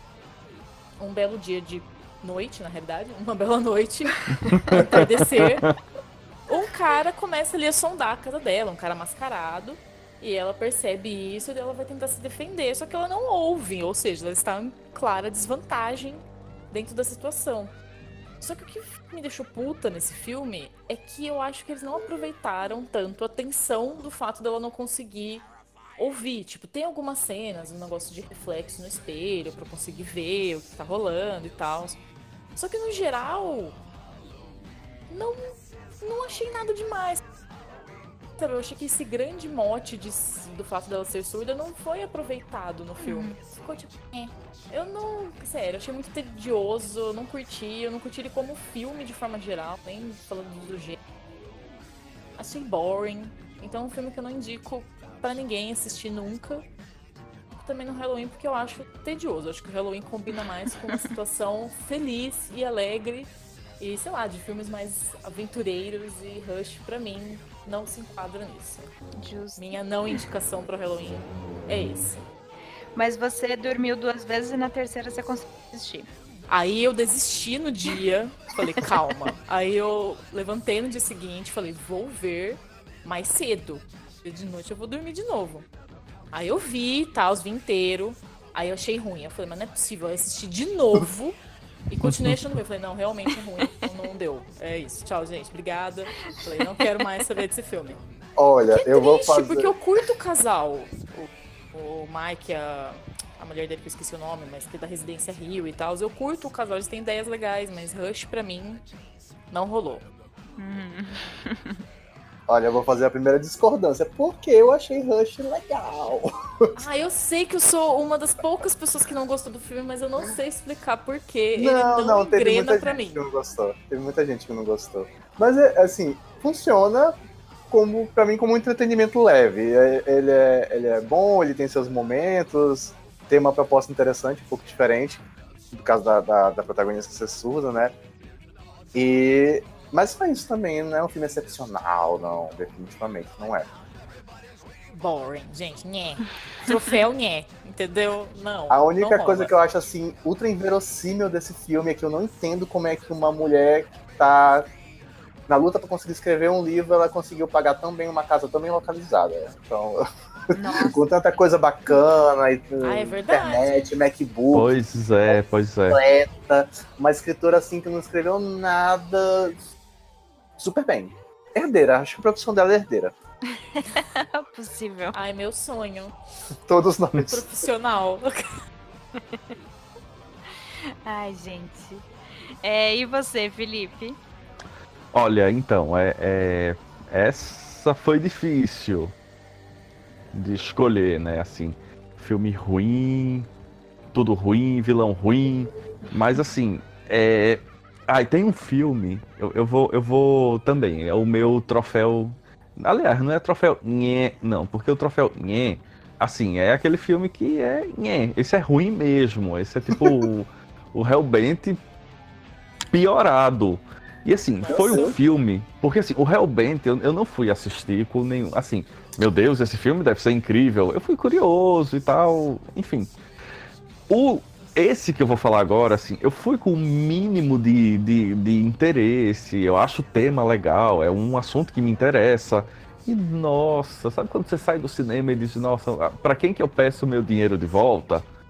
um belo dia de noite, na realidade, uma bela noite, ao entardecer, um cara começa ali a sondar a casa dela, um cara mascarado, e ela percebe isso e ela vai tentar se defender, só que ela não ouve, ou seja, ela está em clara desvantagem dentro da situação. Só que o que me deixou puta nesse filme é que eu acho que eles não aproveitaram tanto a tensão do fato dela não conseguir ouvir. Tipo, tem algumas cenas, um negócio de reflexo no espelho pra conseguir ver o que tá rolando e tal. Só que no geral, não, não achei nada demais. Sabe, eu achei que esse grande mote de, do fato dela ser surda não foi aproveitado no filme. Ficou tipo, é. Eu não. Sério, eu achei muito tedioso, eu não curti, eu não curti ele como filme de forma geral, nem falando do jeito. Achei boring. Então é um filme que eu não indico pra ninguém assistir nunca. Também no Halloween, porque eu acho tedioso. Eu acho que o Halloween combina mais com uma situação feliz e alegre. E, sei lá, de filmes mais aventureiros, e Rush, pra mim, não se enquadra nisso. Justo. Minha não indicação pro Halloween é esse. Mas você dormiu duas vezes e na terceira você conseguiu assistir. Aí eu desisti no dia, falei, calma. Aí eu levantei no dia seguinte, falei, vou ver mais cedo. De noite eu vou dormir de novo. Aí eu vi, tá, os vi inteiro. Aí eu achei ruim. Eu falei, mas não é possível, eu assisti de novo. E continuei achando ruim. Eu falei, não, realmente é ruim. Então não deu. É isso. Tchau, gente. Obrigada. Falei, não quero mais saber desse filme. Olha, Que eu vou triste, fazer. porque eu curto o casal. O, o Mike, a, a mulher dele, que eu esqueci o nome, mas que é da Residência Rio e tal. Eu curto o casal, eles têm ideias legais, mas Rush, pra mim, não rolou. Olha, eu vou fazer a primeira discordância, porque eu achei Rush legal. Ah, eu sei que eu sou uma das poucas pessoas que não gostou do filme, mas eu não sei explicar por que ele Não, não, não, teve engrena muita pra gente mim. que não gostou. Teve muita gente que não gostou. Mas, é, assim, funciona como, pra mim, como um entretenimento leve. É- Ele é, ele é bom, ele tem seus momentos, tem uma proposta interessante, um pouco diferente, no caso da, da, da protagonista ser surda, né? E... Mas só isso também, não é um filme excepcional, não, definitivamente, não é. Boring, gente, nhé. Troféu nhé, entendeu? Não. A única não coisa rola. que eu acho, assim, ultra inverossímil desse filme é que eu não entendo como é que uma mulher que tá na luta pra conseguir escrever um livro, ela conseguiu pagar tão bem uma casa tão bem localizada. Então, Nossa. com tanta coisa bacana, e, Ah, é verdade. internet, MacBook, Pois é, pois é. completa, uma escritora assim que não escreveu nada super bem. Herdeira, acho que a profissão dela é herdeira. Possível. Ai, meu sonho. Todos nós. Profissional. Ai, gente. É, e você, Felipe? Olha, então, é, é- essa foi difícil de escolher, né? Assim, filme ruim, tudo ruim, vilão ruim. Mas assim, é. Ah, e tem um filme, eu, eu vou, eu vou também, é o meu troféu. Aliás, não é troféu nhé, não, porque o troféu nhé, assim, é aquele filme que é nhé. Esse é ruim mesmo. Esse é tipo o, o Hellbent piorado. E assim, foi um filme. Porque assim, o Hellbent eu, eu não fui assistir com nenhum. Assim, meu Deus, esse filme deve ser incrível. Eu fui curioso e tal. Enfim. O, esse que eu vou falar agora, assim, eu fui com o mínimo de, de, de interesse. Eu acho o tema legal, é um assunto que me interessa. E nossa, sabe quando você sai do cinema e diz, nossa, pra quem que eu peço meu dinheiro de volta?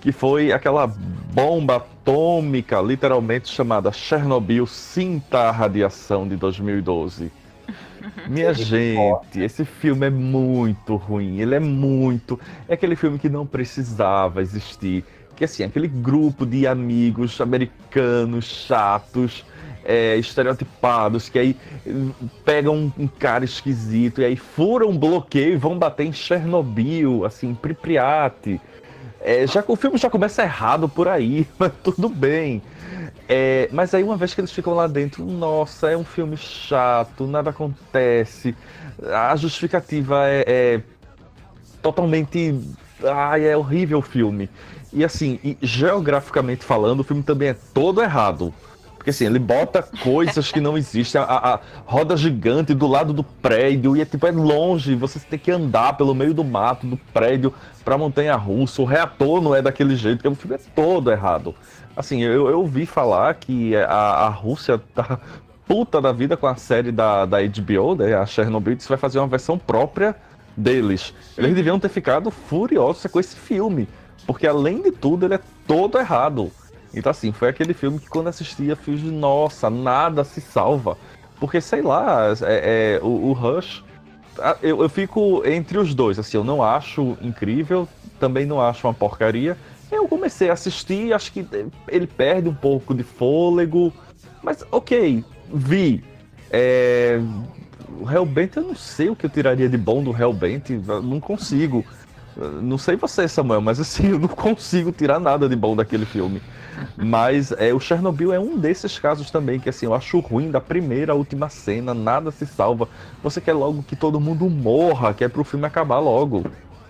que foi aquela bomba atômica, literalmente chamada Chernobyl, Sinta a Radiação, de dois mil e doze. Minha gente, esse filme é muito ruim, ele é muito... É aquele filme que não precisava existir. Que assim, aquele grupo de amigos americanos chatos, é, estereotipados, que aí pegam um, um cara esquisito e aí furam um bloqueio e vão bater em Chernobyl, assim, em Pripyat. É, já, o filme já começa errado por aí, mas tudo bem. É, mas aí uma vez que eles ficam lá dentro, nossa, é um filme chato, nada acontece, a justificativa é, é totalmente... Ai, é horrível o filme. E assim, e, geograficamente falando, o filme também é todo errado. Porque assim, ele bota coisas que não existem, a, a roda gigante do lado do prédio, e é tipo, é longe, você tem que andar pelo meio do mato, do prédio, pra montanha-russa, o reator não é daquele jeito, porque o filme é todo errado. Assim, eu, eu ouvi falar que a, a Rússia tá puta da vida com a série da, da H B O, né, a Chernobyl, que vai fazer uma versão própria deles. Eles deviam ter ficado furiosos com esse filme, porque além de tudo, ele é todo errado. Então assim, foi aquele filme que quando assistia, fiz, nossa, nada se salva. Porque, sei lá, é, é, o, o Rush, eu, eu fico entre os dois, assim, eu não acho incrível, também não acho uma porcaria. Eu comecei a assistir, acho que ele perde um pouco de fôlego, mas ok, vi. É, o Hellbent, eu não sei o que eu tiraria de bom do Hellbent, não consigo. Não sei você, Samuel, mas assim, eu não consigo tirar nada de bom daquele filme. Mas é, o Chernobyl é um desses casos também, que assim, eu acho ruim da primeira à última cena, nada se salva. Você quer logo que todo mundo morra, quer pro filme acabar logo.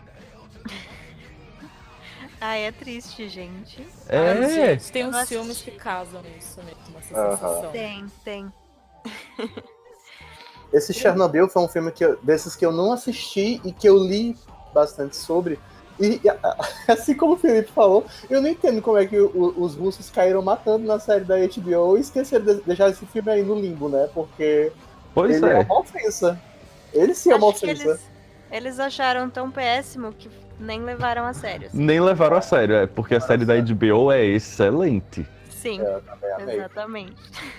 Ah, é triste, gente. É, Ai, gente, tem uns Nossa. filmes que casam isso mesmo, essa Aham. sensação. Tem, tem. Esse Chernobyl foi um filme que eu- desses que eu não assisti e que eu li bastante sobre. E e, a- assim como o Felipe falou, eu não entendo como é que o- os russos caíram matando na série da H B O e esqueceram de deixar esse filme aí no limbo, né? Porque pois ele é. é. uma ofensa. Ele sim é uma Acho que ofensa. eles, eles acharam tão péssimo que nem levaram a sério. assim. Nem levaram a sério, é porque a série da H B O é excelente. Sim, É, eu também amei. exatamente.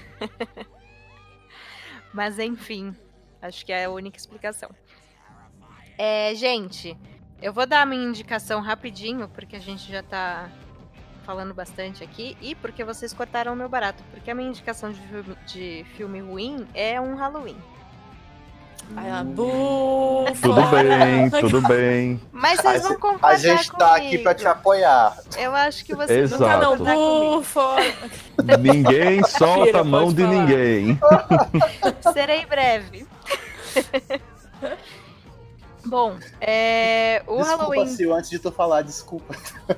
Mas enfim, acho que é a única explicação. É, gente, eu vou dar a minha indicação rapidinho, porque a gente já tá falando bastante aqui, e porque vocês cortaram o meu barato, porque a minha indicação de filme, de filme ruim é um Halloween. Ai, ah, bu, Tudo fora. bem, tudo bem. Mas A, vocês vão gente- concordar a gente tá aqui comigo. pra te apoiar. Eu acho que vocês vão Exato. Não, concordar comigo. bu, fora. Ninguém solta Filha, a mão pode de falar. ninguém. Serei breve. Bom, é, o desculpa, Halloween. Sil, antes de tu falar, desculpa.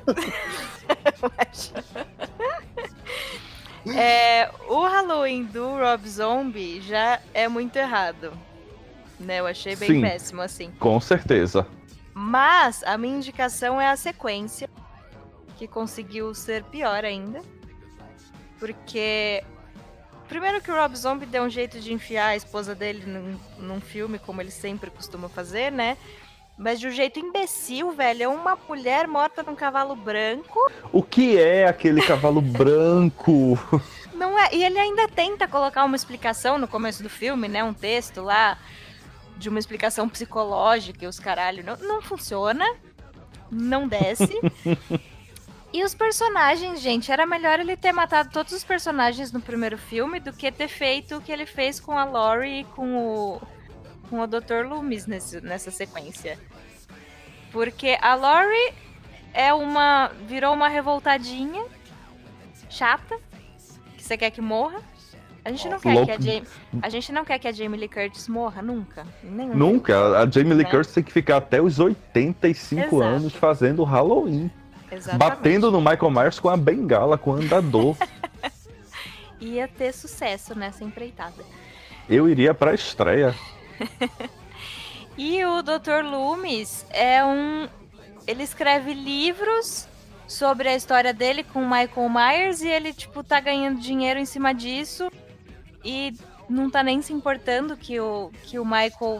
É, o Halloween do Rob Zombie já é muito errado. Né? Eu achei bem Sim. péssimo, assim. Com certeza. Mas a minha indicação é a sequência, que conseguiu ser pior ainda. Porque. Primeiro que o Rob Zombie deu um jeito de enfiar a esposa dele num, num filme, como ele sempre costuma fazer, né? Mas de um jeito imbecil, velho. É uma mulher morta num cavalo branco. O que é aquele cavalo branco? Não é. E ele ainda tenta colocar uma explicação no começo do filme, né? Um texto lá de uma explicação psicológica e os caralho. Não, não funciona. Não desce. E os personagens, gente, era melhor ele ter matado todos os personagens no primeiro filme do que ter feito o que ele fez com a Laurie e com o, com o doutor Loomis nesse, nessa sequência. Porque a Laurie é uma. Virou uma revoltadinha, chata, que você quer que morra. A gente não quer Louco. que a Jamie. A gente não quer que a Jamie Lee Curtis morra, nunca. em nenhum Nunca. filme. A Jamie Lee Né? Curtis tem que ficar até os oitenta e cinco Exato. anos fazendo Halloween. Exatamente. Batendo no Michael Myers com a bengala, com o andador. Ia ter sucesso nessa empreitada. Eu iria pra estreia. E o doutor Loomis é um. Ele escreve livros sobre a história dele com o Michael Myers e ele, tipo, tá ganhando dinheiro em cima disso e não tá nem se importando que o, que o Michael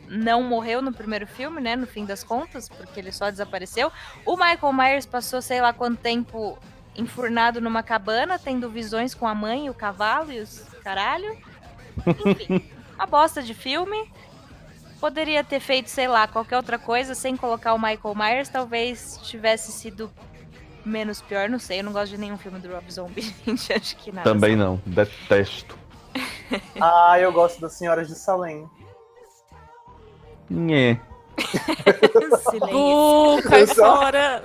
não morreu no primeiro filme, né? No fim das contas, porque ele só desapareceu. O Michael Myers passou sei lá quanto tempo enfurnado numa cabana, tendo visões com a mãe, e o cavalo e os caralho. Enfim, uma bosta de filme. Poderia ter feito, sei lá, qualquer outra coisa sem colocar o Michael Myers. Talvez tivesse sido menos pior, não sei. Eu não gosto de nenhum filme do Rob Zombie, gente. Acho que nada. Também não, detesto. Ah, eu gosto das Senhoras de Salem. Nhê. Silêncio. Uh, cai fora!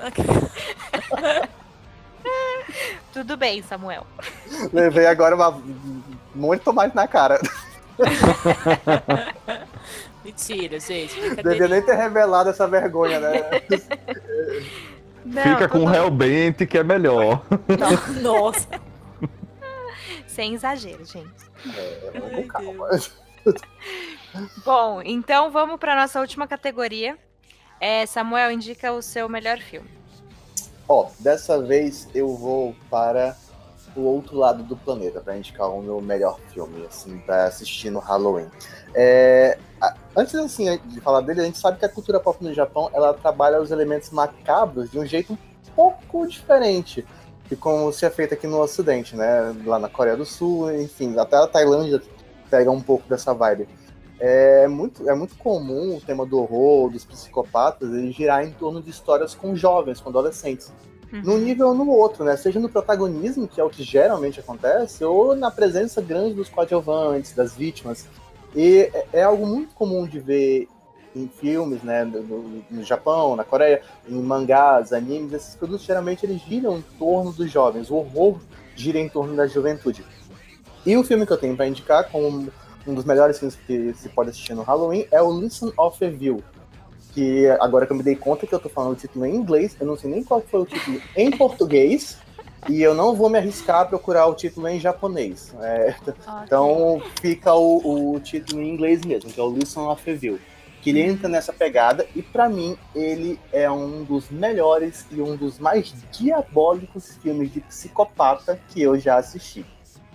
Tudo bem, Samuel. Levei agora uma... muito tomate na cara. Mentira, gente. Devia nem ter revelado essa vergonha, né? Não, Fica com tudo- o Hellbent que é melhor. Nossa. Sem exagero, gente. É, vamos com Ai, calma. Bom, então vamos para nossa última categoria. É, Samuel, indica o seu melhor filme. Ó, dessa vez eu vou para o outro lado do planeta para indicar o meu melhor filme, assim, para assistir no Halloween. É, a- antes assim de falar dele, a gente sabe que a cultura pop no Japão ela trabalha os elementos macabros de um jeito um pouco diferente de como se é feito aqui no Ocidente, né? Lá na Coreia do Sul, enfim, até a Tailândia pega um pouco dessa vibe. É muito, é muito comum o tema do horror, dos psicopatas, ele girar em torno de histórias com jovens, com adolescentes. Num nível ou no outro, né? Seja no protagonismo, que é o que geralmente acontece, ou na presença grande dos coadjuvantes, das vítimas. E é, é algo muito comum de ver em filmes, né? No, no- no Japão, na Coreia, em mangás, animes, esses produtos geralmente eles giram em torno dos jovens. O horror gira em torno da juventude. E o filme que eu tenho para indicar como um dos melhores filmes que se pode assistir no Halloween é o Listen of Evil. Que agora que eu me dei conta que eu tô falando o título em inglês, eu não sei nem qual foi o título em português, e eu não vou me arriscar a procurar o título em japonês. É, então fica o, o título em inglês mesmo, que é o Listen of Evil. Que ele entra nessa pegada, e pra mim ele é um dos melhores e um dos mais diabólicos filmes de psicopata que eu já assisti.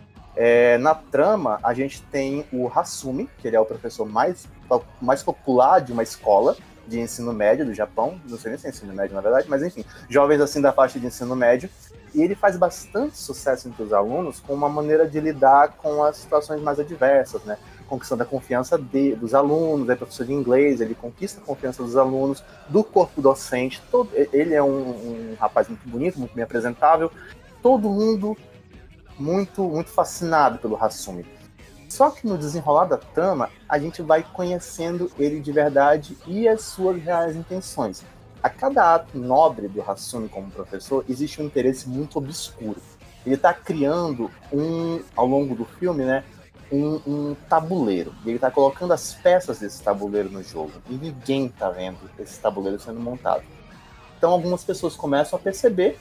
É, na trama, a gente tem o Hasumi, que ele é o professor mais, mais popular de uma escola de ensino médio do Japão, não sei nem se é ensino médio na verdade, mas enfim, jovens assim da faixa de ensino médio, e ele faz bastante sucesso entre os alunos com uma maneira de lidar com as situações mais adversas, né? Conquistando a confiança de, dos alunos, é professor de inglês, ele conquista a confiança dos alunos, do corpo docente, todo, ele é um, um rapaz muito bonito, muito bem apresentável, todo mundo muito, muito fascinado pelo Hasumi. Só que no desenrolar da trama, a gente vai conhecendo ele de verdade e as suas reais intenções. A cada ato nobre do Hasumi como professor, existe um interesse muito obscuro. Ele está criando, um, ao longo do filme, né, um, um tabuleiro. E ele está colocando as peças desse tabuleiro no jogo. E ninguém está vendo esse tabuleiro sendo montado. Então algumas pessoas começam a perceber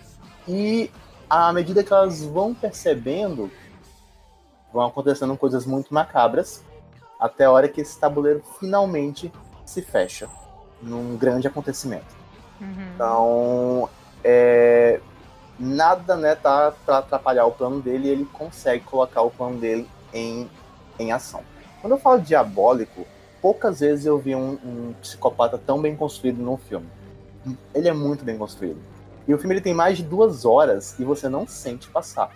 e à medida que elas vão percebendo, vão acontecendo coisas muito macabras, até a hora que esse tabuleiro finalmente se fecha num grande acontecimento. Uhum. Então, é, nada, né, tá para atrapalhar o plano dele, e ele consegue colocar o plano dele em, em ação. Quando eu falo diabólico, poucas vezes eu vi um, um psicopata tão bem construído num filme. Ele é muito bem construído. E o filme ele tem mais de duas horas e você não sente passar.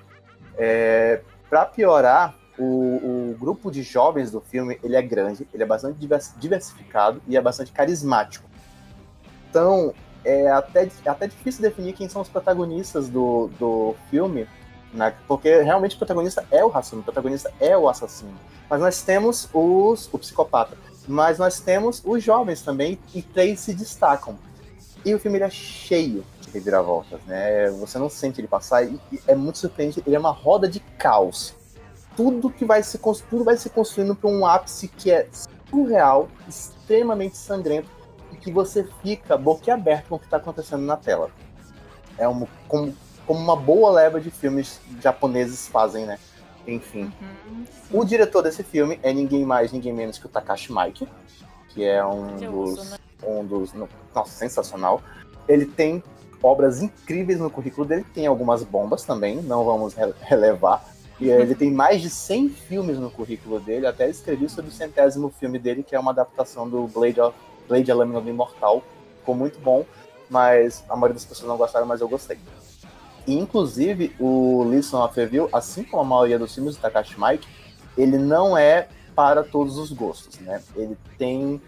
É, para piorar, o, o grupo de jovens do filme ele é grande, ele é bastante divers, diversificado e é bastante carismático. Então, é até, é até difícil definir quem são os protagonistas do, do filme, né? Porque realmente o protagonista é o Hasumi, o protagonista é o assassino. Mas nós temos os, o psicopata, mas nós temos os jovens também, e três se destacam. E o filme ele é cheio de reviravoltas, né? Você não sente ele passar, e é muito surpreendente, ele é uma roda de caos. Tudo que vai se, tudo vai se construindo para um ápice que é surreal, extremamente sangrento, e que você fica boquiaberto com o que está acontecendo na tela. É uma, como, como uma boa leva de filmes japoneses fazem, né? Enfim. Uhum. O diretor desse filme é ninguém mais, ninguém menos que o Takashi Miike, que é um Maravilhoso, dos... né? um dos... Nossa, sensacional. Ele tem obras incríveis no currículo dele, tem algumas bombas também, não vamos re- relevar, E ele tem mais de cem filmes no currículo dele, até escrevi sobre o centésimo filme dele, que é uma adaptação do Blade, of, Blade a Lâmina do Imortal. Ficou muito bom, mas a maioria das pessoas não gostaram, mas eu gostei. E, inclusive, o Listen of Evil, assim como a maioria dos filmes do Takashi Miike, ele não é para todos os gostos, né? Ele tem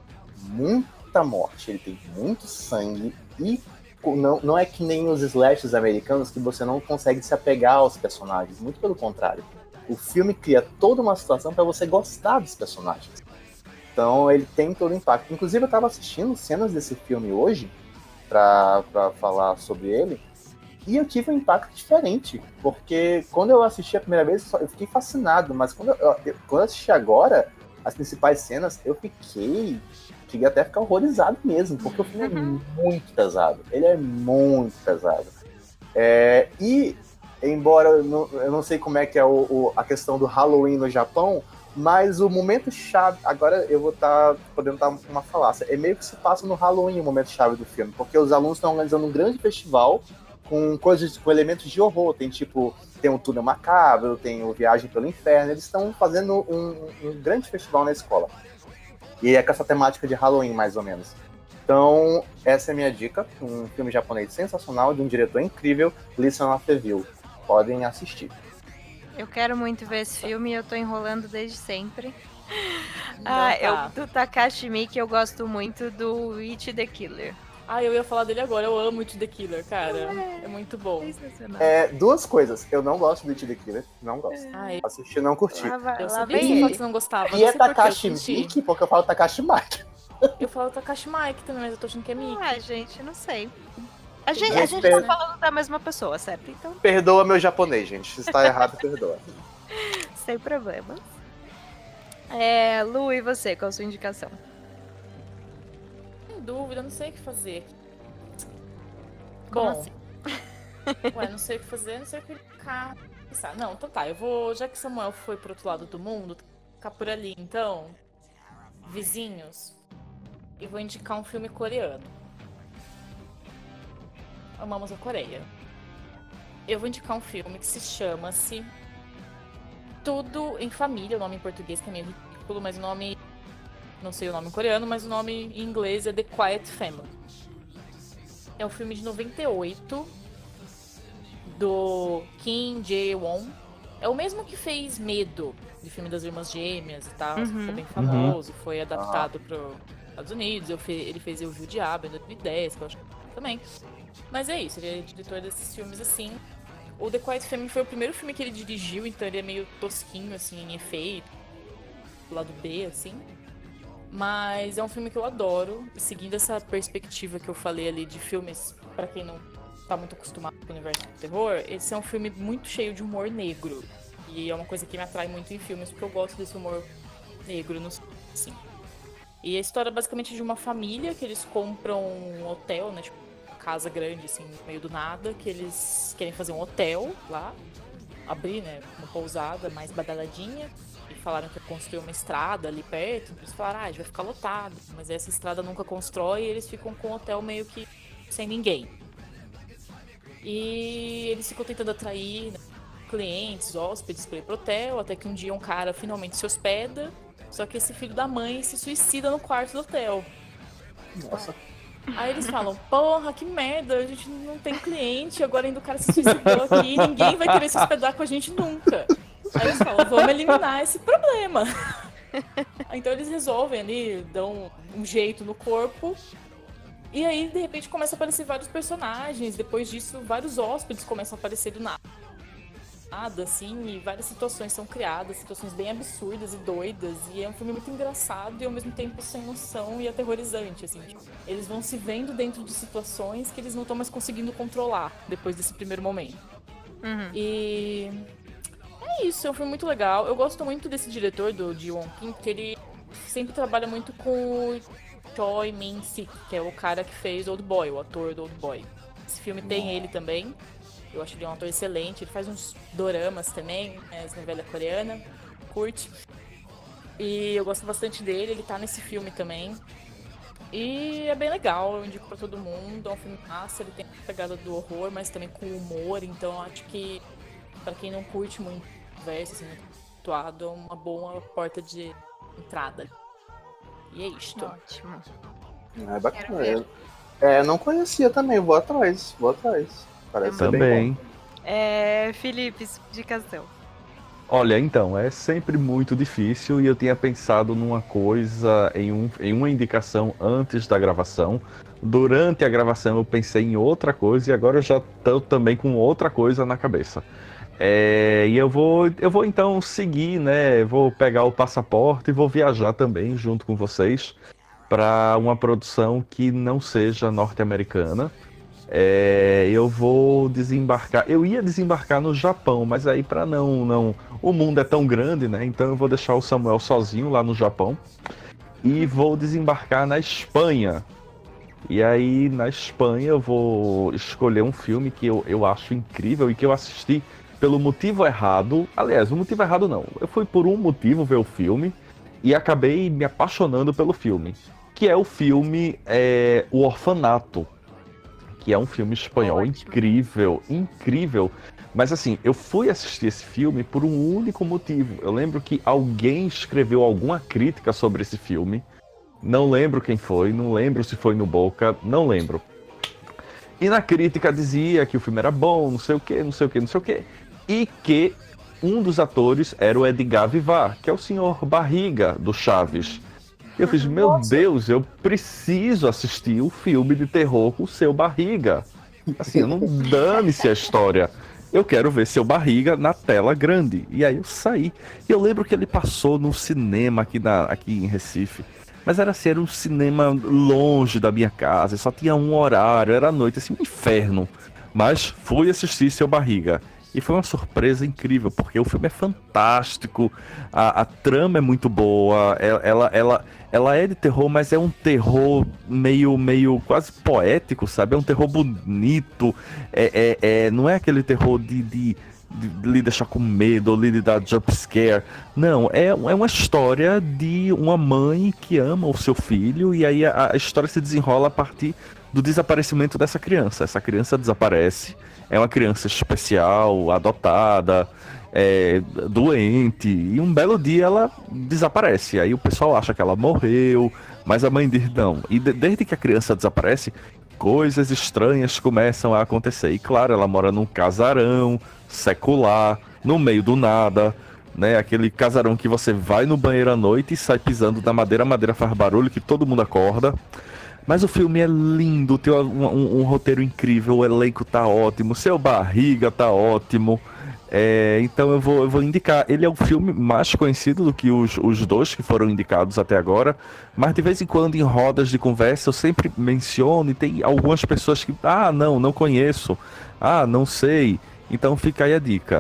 muita morte, ele tem muito sangue e não, não é que nem os slashes americanos que você não consegue se apegar aos personagens, muito pelo contrário. O filme cria toda uma situação para você gostar dos personagens. Então ele tem todo o impacto. Inclusive eu estava assistindo cenas desse filme hoje para falar sobre ele e eu tive um impacto diferente, porque quando eu assisti a primeira vez eu fiquei fascinado, mas quando eu, eu, quando eu assisti agora as principais cenas, eu fiquei cheguei até a ficar horrorizado mesmo, porque o filme é muito pesado. Ele é muito pesado. É, e, embora eu não, eu não sei como é que é o, o, a questão do Halloween no Japão, mas o momento chave, agora eu vou estar tá, podendo estar tá uma falácia, é meio que se passa no Halloween o momento chave do filme, porque os alunos estão organizando um grande festival com coisas, com elementos de horror. Tem tipo, tem o Túnel Macabro, tem o Viagem pelo Inferno, eles estão fazendo um, um grande festival na escola. E é com essa temática de Halloween, mais ou menos. Então, essa é a minha dica. Um filme japonês sensacional, de um diretor incrível, Listen of Evil. Podem assistir. Eu quero muito ver esse filme e eu tô enrolando desde sempre. Não, ah, tá. eu, do Takashi Miike eu gosto muito do It the Killer. Ah, eu ia falar dele agora. Eu amo It the Killer, cara. É, é muito bom. Sensacional. É, duas coisas. Eu não gosto do It the Killer. Não gosto. Ah, eu... Assisti, não curti. Lá, vai, eu lá sabia vem que ele. você não gostava. E não é sei por que eu Takashi assisti. Miike, porque eu falo Takashi Miike. Eu falo Takashi Miike também, mas eu tô achando que é Miike. Ah, gente, não sei. A gente, Gente, a gente per- tá falando da mesma pessoa, certo? Então, Perdoa meu japonês, gente. Se está errado, perdoa. sem problemas. É, Lu, e você? Qual a sua indicação? Sem dúvida, eu não sei o que fazer. Como Bom, assim? ué, não sei o que fazer, não sei o que ficar. Pensar. Não, então tá, eu vou. Já que Samuel foi pro outro lado do mundo, ficar por ali, então. Vizinhos. E vou indicar um filme coreano. Amamos a Coreia. Eu vou indicar um filme que se chama-se Tudo em Família, o nome em português que é meio ridículo, mas o nome. Não sei o nome em coreano, mas o nome em inglês é The Quiet Family. É um filme de noventa e oito do Kim Jae-won. É o mesmo que fez Medo, de filme das Irmãs Gêmeas e tal. Uhum. Ficou bem famoso, foi adaptado para os Estados Unidos. Eu fe- ele fez Eu Vi o Diabo em dois mil e dez, que eu acho que também. Mas é isso, ele é diretor desses filmes assim. O The Quiet Family foi o primeiro filme que ele dirigiu, então ele é meio tosquinho, assim, em efeito. Lado B, assim. Mas é um filme que eu adoro, e seguindo essa perspectiva que eu falei ali de filmes, pra quem não tá muito acostumado com o universo do terror, esse é um filme muito cheio de humor negro. E é uma coisa que me atrai muito em filmes, porque eu gosto desse humor negro, no assim. E a história é basicamente de uma família que eles compram um hotel, né, tipo, uma casa grande, assim, no meio do nada, que eles querem fazer um hotel lá, abrir, né, uma pousada mais badaladinha. E falaram que ia construir uma estrada ali perto. Eles falaram, ah, a gente vai ficar lotado. Mas essa estrada nunca constrói e eles ficam com o hotel meio que sem ninguém. E eles ficam tentando atrair, né, clientes, hóspedes para ir pro hotel. Até que um dia um cara finalmente se hospeda. Só que esse filho da mãe se suicida no quarto do hotel. Nossa. Aí eles falam, porra, que merda, a gente não tem cliente. Agora ainda o cara se suicidou aqui e ninguém vai querer se hospedar com a gente nunca. Aí eles falam, vamos eliminar esse problema. Então eles resolvem ali, dão um jeito no corpo. E aí, de repente, começam a aparecer vários personagens. Depois disso, vários hóspedes começam a aparecer do nada. Nada, assim, e várias situações são criadas, situações bem absurdas e doidas. E é um filme muito engraçado e ao mesmo tempo sem noção e aterrorizante, assim. Tipo, eles vão se vendo dentro de situações que eles não estão mais conseguindo controlar depois desse primeiro momento. Uhum. E... é isso, é um filme muito legal. Eu gosto muito desse diretor, do Ji Won-kim, porque ele sempre trabalha muito com o Choi Min-sik, que é o cara que fez Old Boy, o ator do Old Boy. Esse filme tem ele também. Eu acho ele um ator excelente. Ele faz uns doramas também, as novelas coreanas. Curte. E eu gosto bastante dele. Ele tá nesse filme também. E é bem legal, eu indico pra todo mundo. É um filme massa, ele tem a pegada do horror, mas também com humor. Então eu acho que pra quem não curte muito conversa, assim, atuado, é uma boa porta de entrada. E é isto. Ótimo. É bacana. É, não conhecia também, vou atrás, vou atrás. Parece ser bem Também. bom. É, Felipe, indicação. Olha, então, é sempre muito difícil e eu tinha pensado numa coisa, em, um, em uma indicação antes da gravação. Durante a gravação eu pensei em outra coisa e agora eu já estou também com outra coisa na cabeça. É, e eu vou, eu vou então seguir, né? Vou pegar o passaporte e vou viajar também junto com vocês para uma produção que não seja norte-americana. É, eu vou desembarcar. Eu ia desembarcar no Japão, mas aí para não, não, o mundo é tão grande, né? Então eu vou deixar o Samuel sozinho lá no Japão e vou desembarcar na Espanha. E aí na Espanha eu vou escolher um filme que eu, eu acho incrível e que eu assisti pelo motivo errado. Aliás, o motivo errado não. Eu fui por um motivo ver o filme e acabei me apaixonando pelo filme, que é o filme é, O Orfanato, que é um filme espanhol Ótimo. incrível, incrível. Mas assim, eu fui assistir esse filme por um único motivo. Eu lembro que alguém escreveu alguma crítica sobre esse filme. Não lembro quem foi, não lembro se foi no Boca, não lembro. E na crítica dizia que o filme era bom, não sei o que, não sei o que, não sei o que. E que um dos atores era o Edgar Vivar, que é o senhor Barriga do Chaves. Eu fiz, meu Nossa. Deus, eu preciso assistir o filme de terror com o seu Barriga. Assim, não dane-se a história. Eu quero ver seu Barriga na tela grande. E aí eu saí. E eu lembro que ele passou num cinema aqui, na, aqui em Recife. Mas era assim, era um cinema longe da minha casa. Só tinha um horário, era noite, assim, um inferno. Mas fui assistir seu Barriga. E foi uma surpresa incrível, porque o filme é fantástico, a, a trama é muito boa, ela, ela, ela, ela é de terror, mas é um terror meio, meio quase poético, sabe? É um terror bonito, é, é, é, não é aquele terror de, de, de, de lhe deixar com medo, ou lhe dar jump scare. Não, é, é uma história de uma mãe que ama o seu filho, e aí a, a história se desenrola a partir do desaparecimento dessa criança. Essa criança desaparece. É uma criança especial, adotada, é, doente, e um belo dia ela desaparece. Aí o pessoal acha que ela morreu, mas a mãe diz não. E de- desde que a criança desaparece, coisas estranhas começam a acontecer. E claro, ela mora num casarão secular, no meio do nada, né? Aquele casarão que você vai no banheiro à noite e sai pisando na madeira, a madeira faz barulho que todo mundo acorda. Mas o filme é lindo, tem um, um- um roteiro incrível, o elenco tá ótimo, seu Barriga tá ótimo. É, então eu vou, eu vou indicar. Ele é um filme mais conhecido do que os, os dois que foram indicados até agora, mas de vez em quando em rodas de conversa eu sempre menciono e tem algumas pessoas que, ah, não, não conheço, ah, não sei. Então fica aí a dica.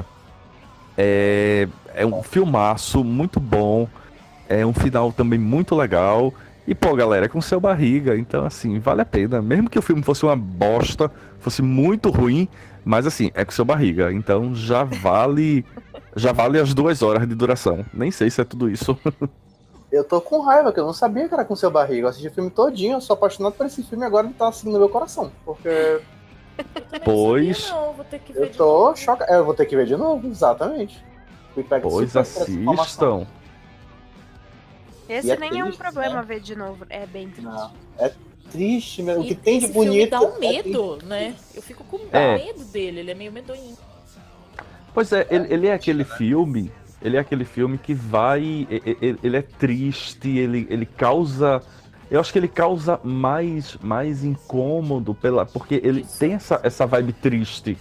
É, é um filmaço muito bom, é um final também muito legal. E pô, galera, é com seu Barriga, então assim, vale a pena. Mesmo que o filme fosse uma bosta, fosse muito ruim, mas assim, é com seu Barriga, então já vale, já vale as duas horas de duração. Nem sei se é tudo isso. Eu tô com raiva, que eu não sabia que era com seu Barriga. Eu assisti o filme todinho, eu sou apaixonado por esse filme e agora ele tá assim no meu coração. Porque Eu também Pois- não sabia, não, vou ter que ver eu de tô novo. chocado. É, eu vou ter que ver de novo, exatamente. Fui pego Pois super por essa informação. assistam. Esse E é nem é um triste, problema né? ver de novo. É bem triste. Não, é triste mesmo. O E que tem de esse filme bonito. dá um é medo, né? Eu fico com É. medo dele, ele é meio medonho. Pois é, ele, ele é aquele filme, ele é aquele filme que vai, e- e- ele, ele é triste, ele, ele causa, eu acho que ele causa mais, mais incômodo pela, porque ele tem essa, essa vibe triste.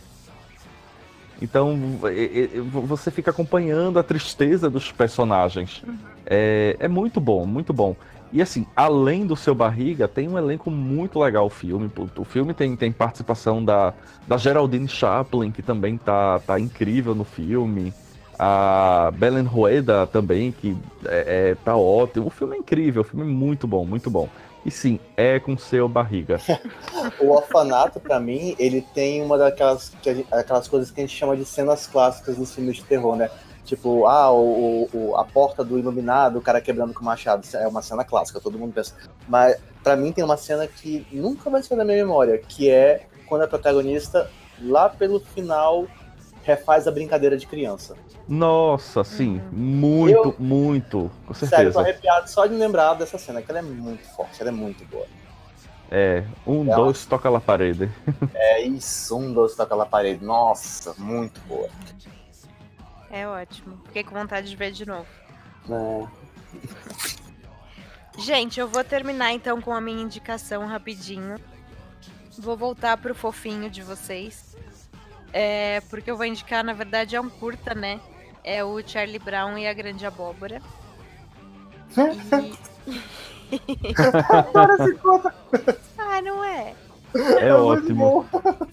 Então e- e- você fica acompanhando a tristeza dos personagens. É, é muito bom, muito bom. E assim, além do seu Barriga, tem um elenco muito legal o filme. pô. O filme tem, tem participação da, da Geraldine Chaplin, que também tá, tá incrível no filme. A Belen Rueda também, que é, é, tá ótimo. O filme é incrível, o filme é muito bom, muito bom. E sim, é com seu Barriga. O Orfanato, pra mim, ele tem uma daquelas que a gente- aquelas coisas que a gente chama de cenas clássicas dos filmes de terror, né? Tipo, ah, o, o- a porta do iluminado, o cara quebrando com o machado. Isso é uma cena clássica, todo mundo pensa. Mas pra mim tem uma cena que nunca vai sair da minha memória, que é quando a protagonista, lá pelo final refaz a brincadeira de criança. Nossa, sim, muito, Eu- muito, com Sério, tô certeza. arrepiado só de lembrar dessa cena, que ela é muito forte, ela é muito boa. É, um, Ela- dois, toca lá parede. É isso, um doce daquela parede. Nossa, muito boa. É ótimo. Fiquei com vontade de ver de novo. É. Gente, eu vou terminar então com a minha indicação rapidinho. Vou voltar pro fofinho de vocês. É, porque eu vou indicar, na verdade, é um curta, né? É o Charlie Brown e a Grande Abóbora. E... Adoro esse conto. Ah, não é? É ótimo.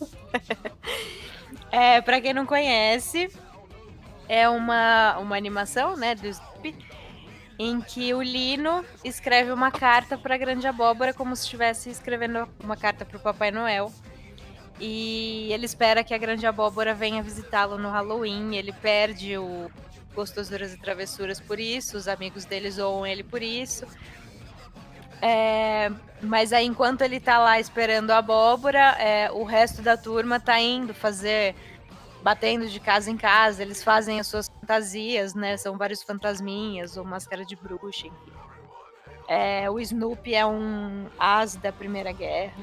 É, pra quem não conhece, é uma, uma animação, né, do Snoopy, em que o Lino escreve uma carta pra Grande Abóbora como se estivesse escrevendo uma carta pro Papai Noel. E ele espera que a Grande Abóbora venha visitá-lo no Halloween. Ele perde o Gostosuras e Travessuras por isso, os amigos dele zoam ele por isso. É, mas aí, enquanto ele tá lá esperando a abóbora, é, o resto da turma tá indo fazer, batendo de casa em casa. Eles fazem as suas fantasias, né? São vários fantasminhas ou máscara de bruxa, enfim. É, o Snoopy é um as da Primeira Guerra.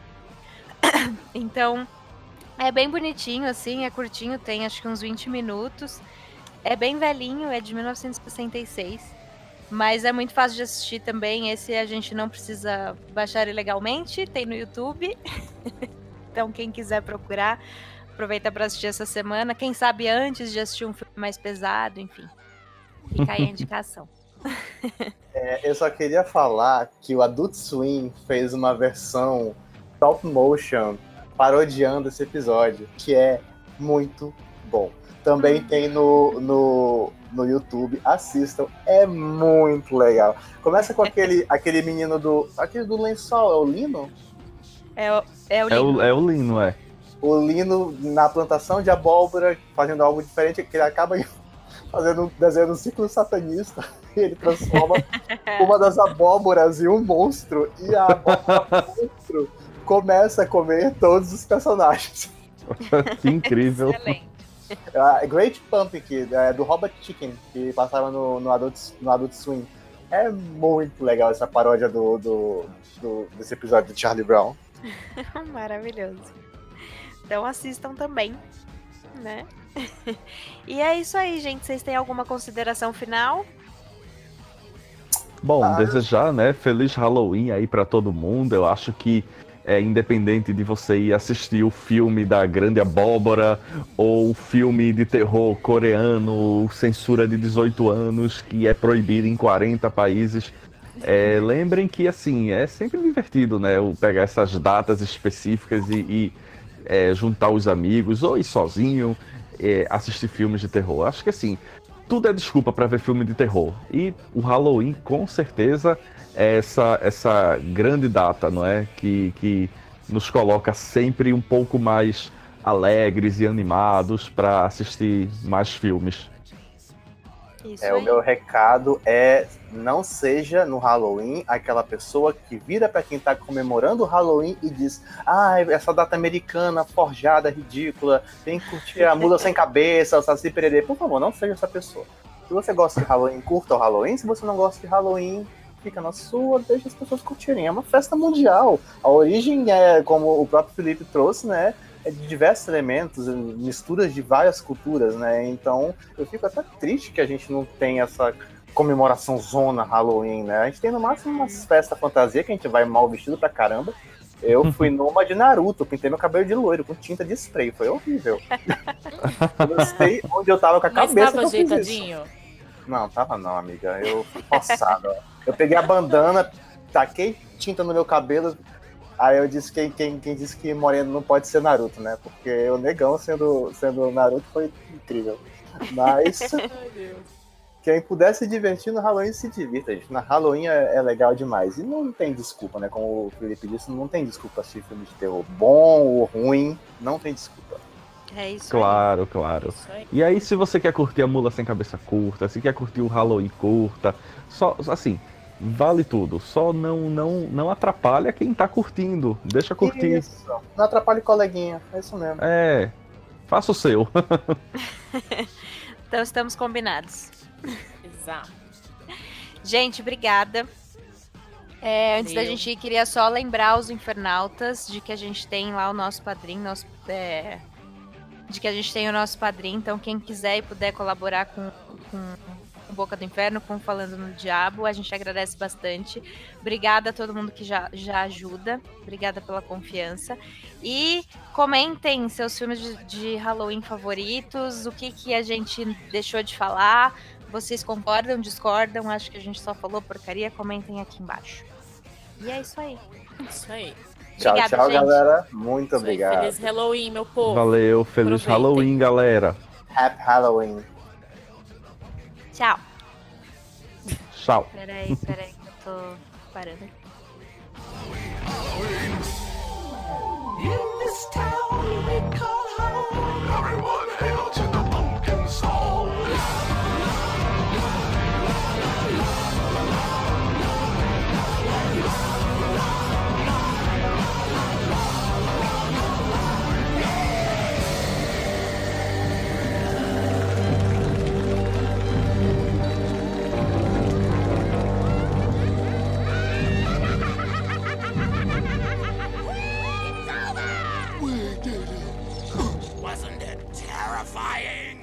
Então, é bem bonitinho, assim, é curtinho, tem acho que uns vinte minutos. É bem velhinho, é de mil novecentos e sessenta e seis. Mas é muito fácil de assistir também. Esse a gente não precisa baixar ilegalmente, tem no YouTube. Então, quem quiser procurar, aproveita para assistir essa semana. Quem sabe antes de assistir um filme mais pesado, enfim. Fica aí a indicação. É, eu só queria falar que o Adult Swim fez uma versão stop motion parodiando esse episódio, que é muito bom. Também tem no, no, no YouTube, assistam, é muito legal. Começa com aquele, aquele menino do. Aquele do lençol, é o Lino? É o, é o É Lino. o, é o Lino, é. O Lino na plantação de abóbora, fazendo algo diferente, que ele acaba fazendo, desenhando um ciclo satanista. E ele transforma uma das abóboras em um monstro. E a abóbora monstro começa a comer todos os personagens. Que incrível. Excelente. A Great Pumpkin, é, do Robot Chicken, que passava no, no, Adult, no Adult Swim. É muito legal essa paródia do, do, do- desse episódio do Charlie Brown. Maravilhoso. Então assistam também, né? E é isso aí, gente. Vocês têm alguma consideração final? Bom, Ah. desejar, né, feliz Halloween aí pra todo mundo. Eu acho que é independente de você ir assistir o filme da Grande Abóbora ou o filme de terror coreano, censura de dezoito anos, que é proibido em quarenta países. É, lembrem que, assim, é sempre divertido, né, o pegar essas datas específicas e, e, é, juntar os amigos ou ir sozinho, é, assistir filmes de terror. Acho que, assim, tudo é desculpa para ver filme de terror. E o Halloween, com certeza, é essa, essa grande data, não é? Que, que nos coloca sempre um pouco mais alegres e animados para assistir mais filmes. Isso É, aí. o meu recado é: não seja no Halloween aquela pessoa que vira pra quem tá comemorando o Halloween e diz: ah, essa data americana, forjada, ridícula, tem que curtir a mula sem cabeça, o Saci Pererê. Por favor, não seja essa pessoa. Se você gosta de Halloween, curta o Halloween. Se você não gosta de Halloween, fica na sua, deixa as pessoas curtirem. É uma festa mundial. A origem é, como o próprio Felipe trouxe, né? É de diversos elementos, misturas de várias culturas, né? Então, eu fico até triste que a gente não tem essa comemoração zona Halloween, né? A gente tem no máximo umas festas fantasia que a gente vai mal vestido pra caramba. Eu fui numa de Naruto, pintei meu cabelo de loiro com tinta de spray, foi horrível. Eu não sei onde eu tava com a Mas cabeça tava que eu fiz isso. ajeitadinho? Não, tava não, amiga. Eu fui forçado. Eu peguei a bandana, taquei tinta no meu cabelo. Aí eu disse que quem, quem disse que moreno não pode ser Naruto, né? Porque o negão sendo, sendo Naruto foi incrível. Mas Ai, Deus. quem puder se divertir no Halloween, se divirta, gente. Na Halloween é, é legal demais. E não tem desculpa, né? Como o Felipe disse, não tem desculpa assistir filme de terror bom ou ruim. Não tem desculpa. É isso aí. Claro, claro. Isso aí. E aí, se você quer curtir a Mula Sem Cabeça curta, se quer curtir o Halloween curta, só, assim, vale tudo. Só não, não, não atrapalha quem tá curtindo. Deixa curtir. Isso. Não atrapalhe coleguinha. É isso mesmo. É. Faça o seu. Então estamos combinados. Exato. Gente, obrigada. É, antes da Valeu. gente ir, queria só lembrar os infernautas de que a gente tem lá o nosso padrinho, nosso, é, de que a gente tem o nosso padrinho. Então, quem quiser e puder colaborar com, com o Boca do Inferno, com Falando no Diabo, a gente agradece bastante. Obrigada a todo mundo que já, já ajuda. Obrigada pela confiança. E comentem seus filmes de, de Halloween favoritos, o que, que a gente deixou de falar. Vocês concordam, discordam? Acho que a gente só falou porcaria. Comentem aqui embaixo. E é isso aí. Isso aí. Tchau, Obrigada, tchau, gente. galera. Muito Isso aí. obrigado. Feliz Halloween, meu povo. Valeu, feliz Aproveitem. Halloween, galera. Happy Halloween. Tchau. Tchau. Peraí, peraí, que eu tô parando aqui. In this town we call home, everyone hail to the pumpkin song. We did it. Wasn't it terrifying?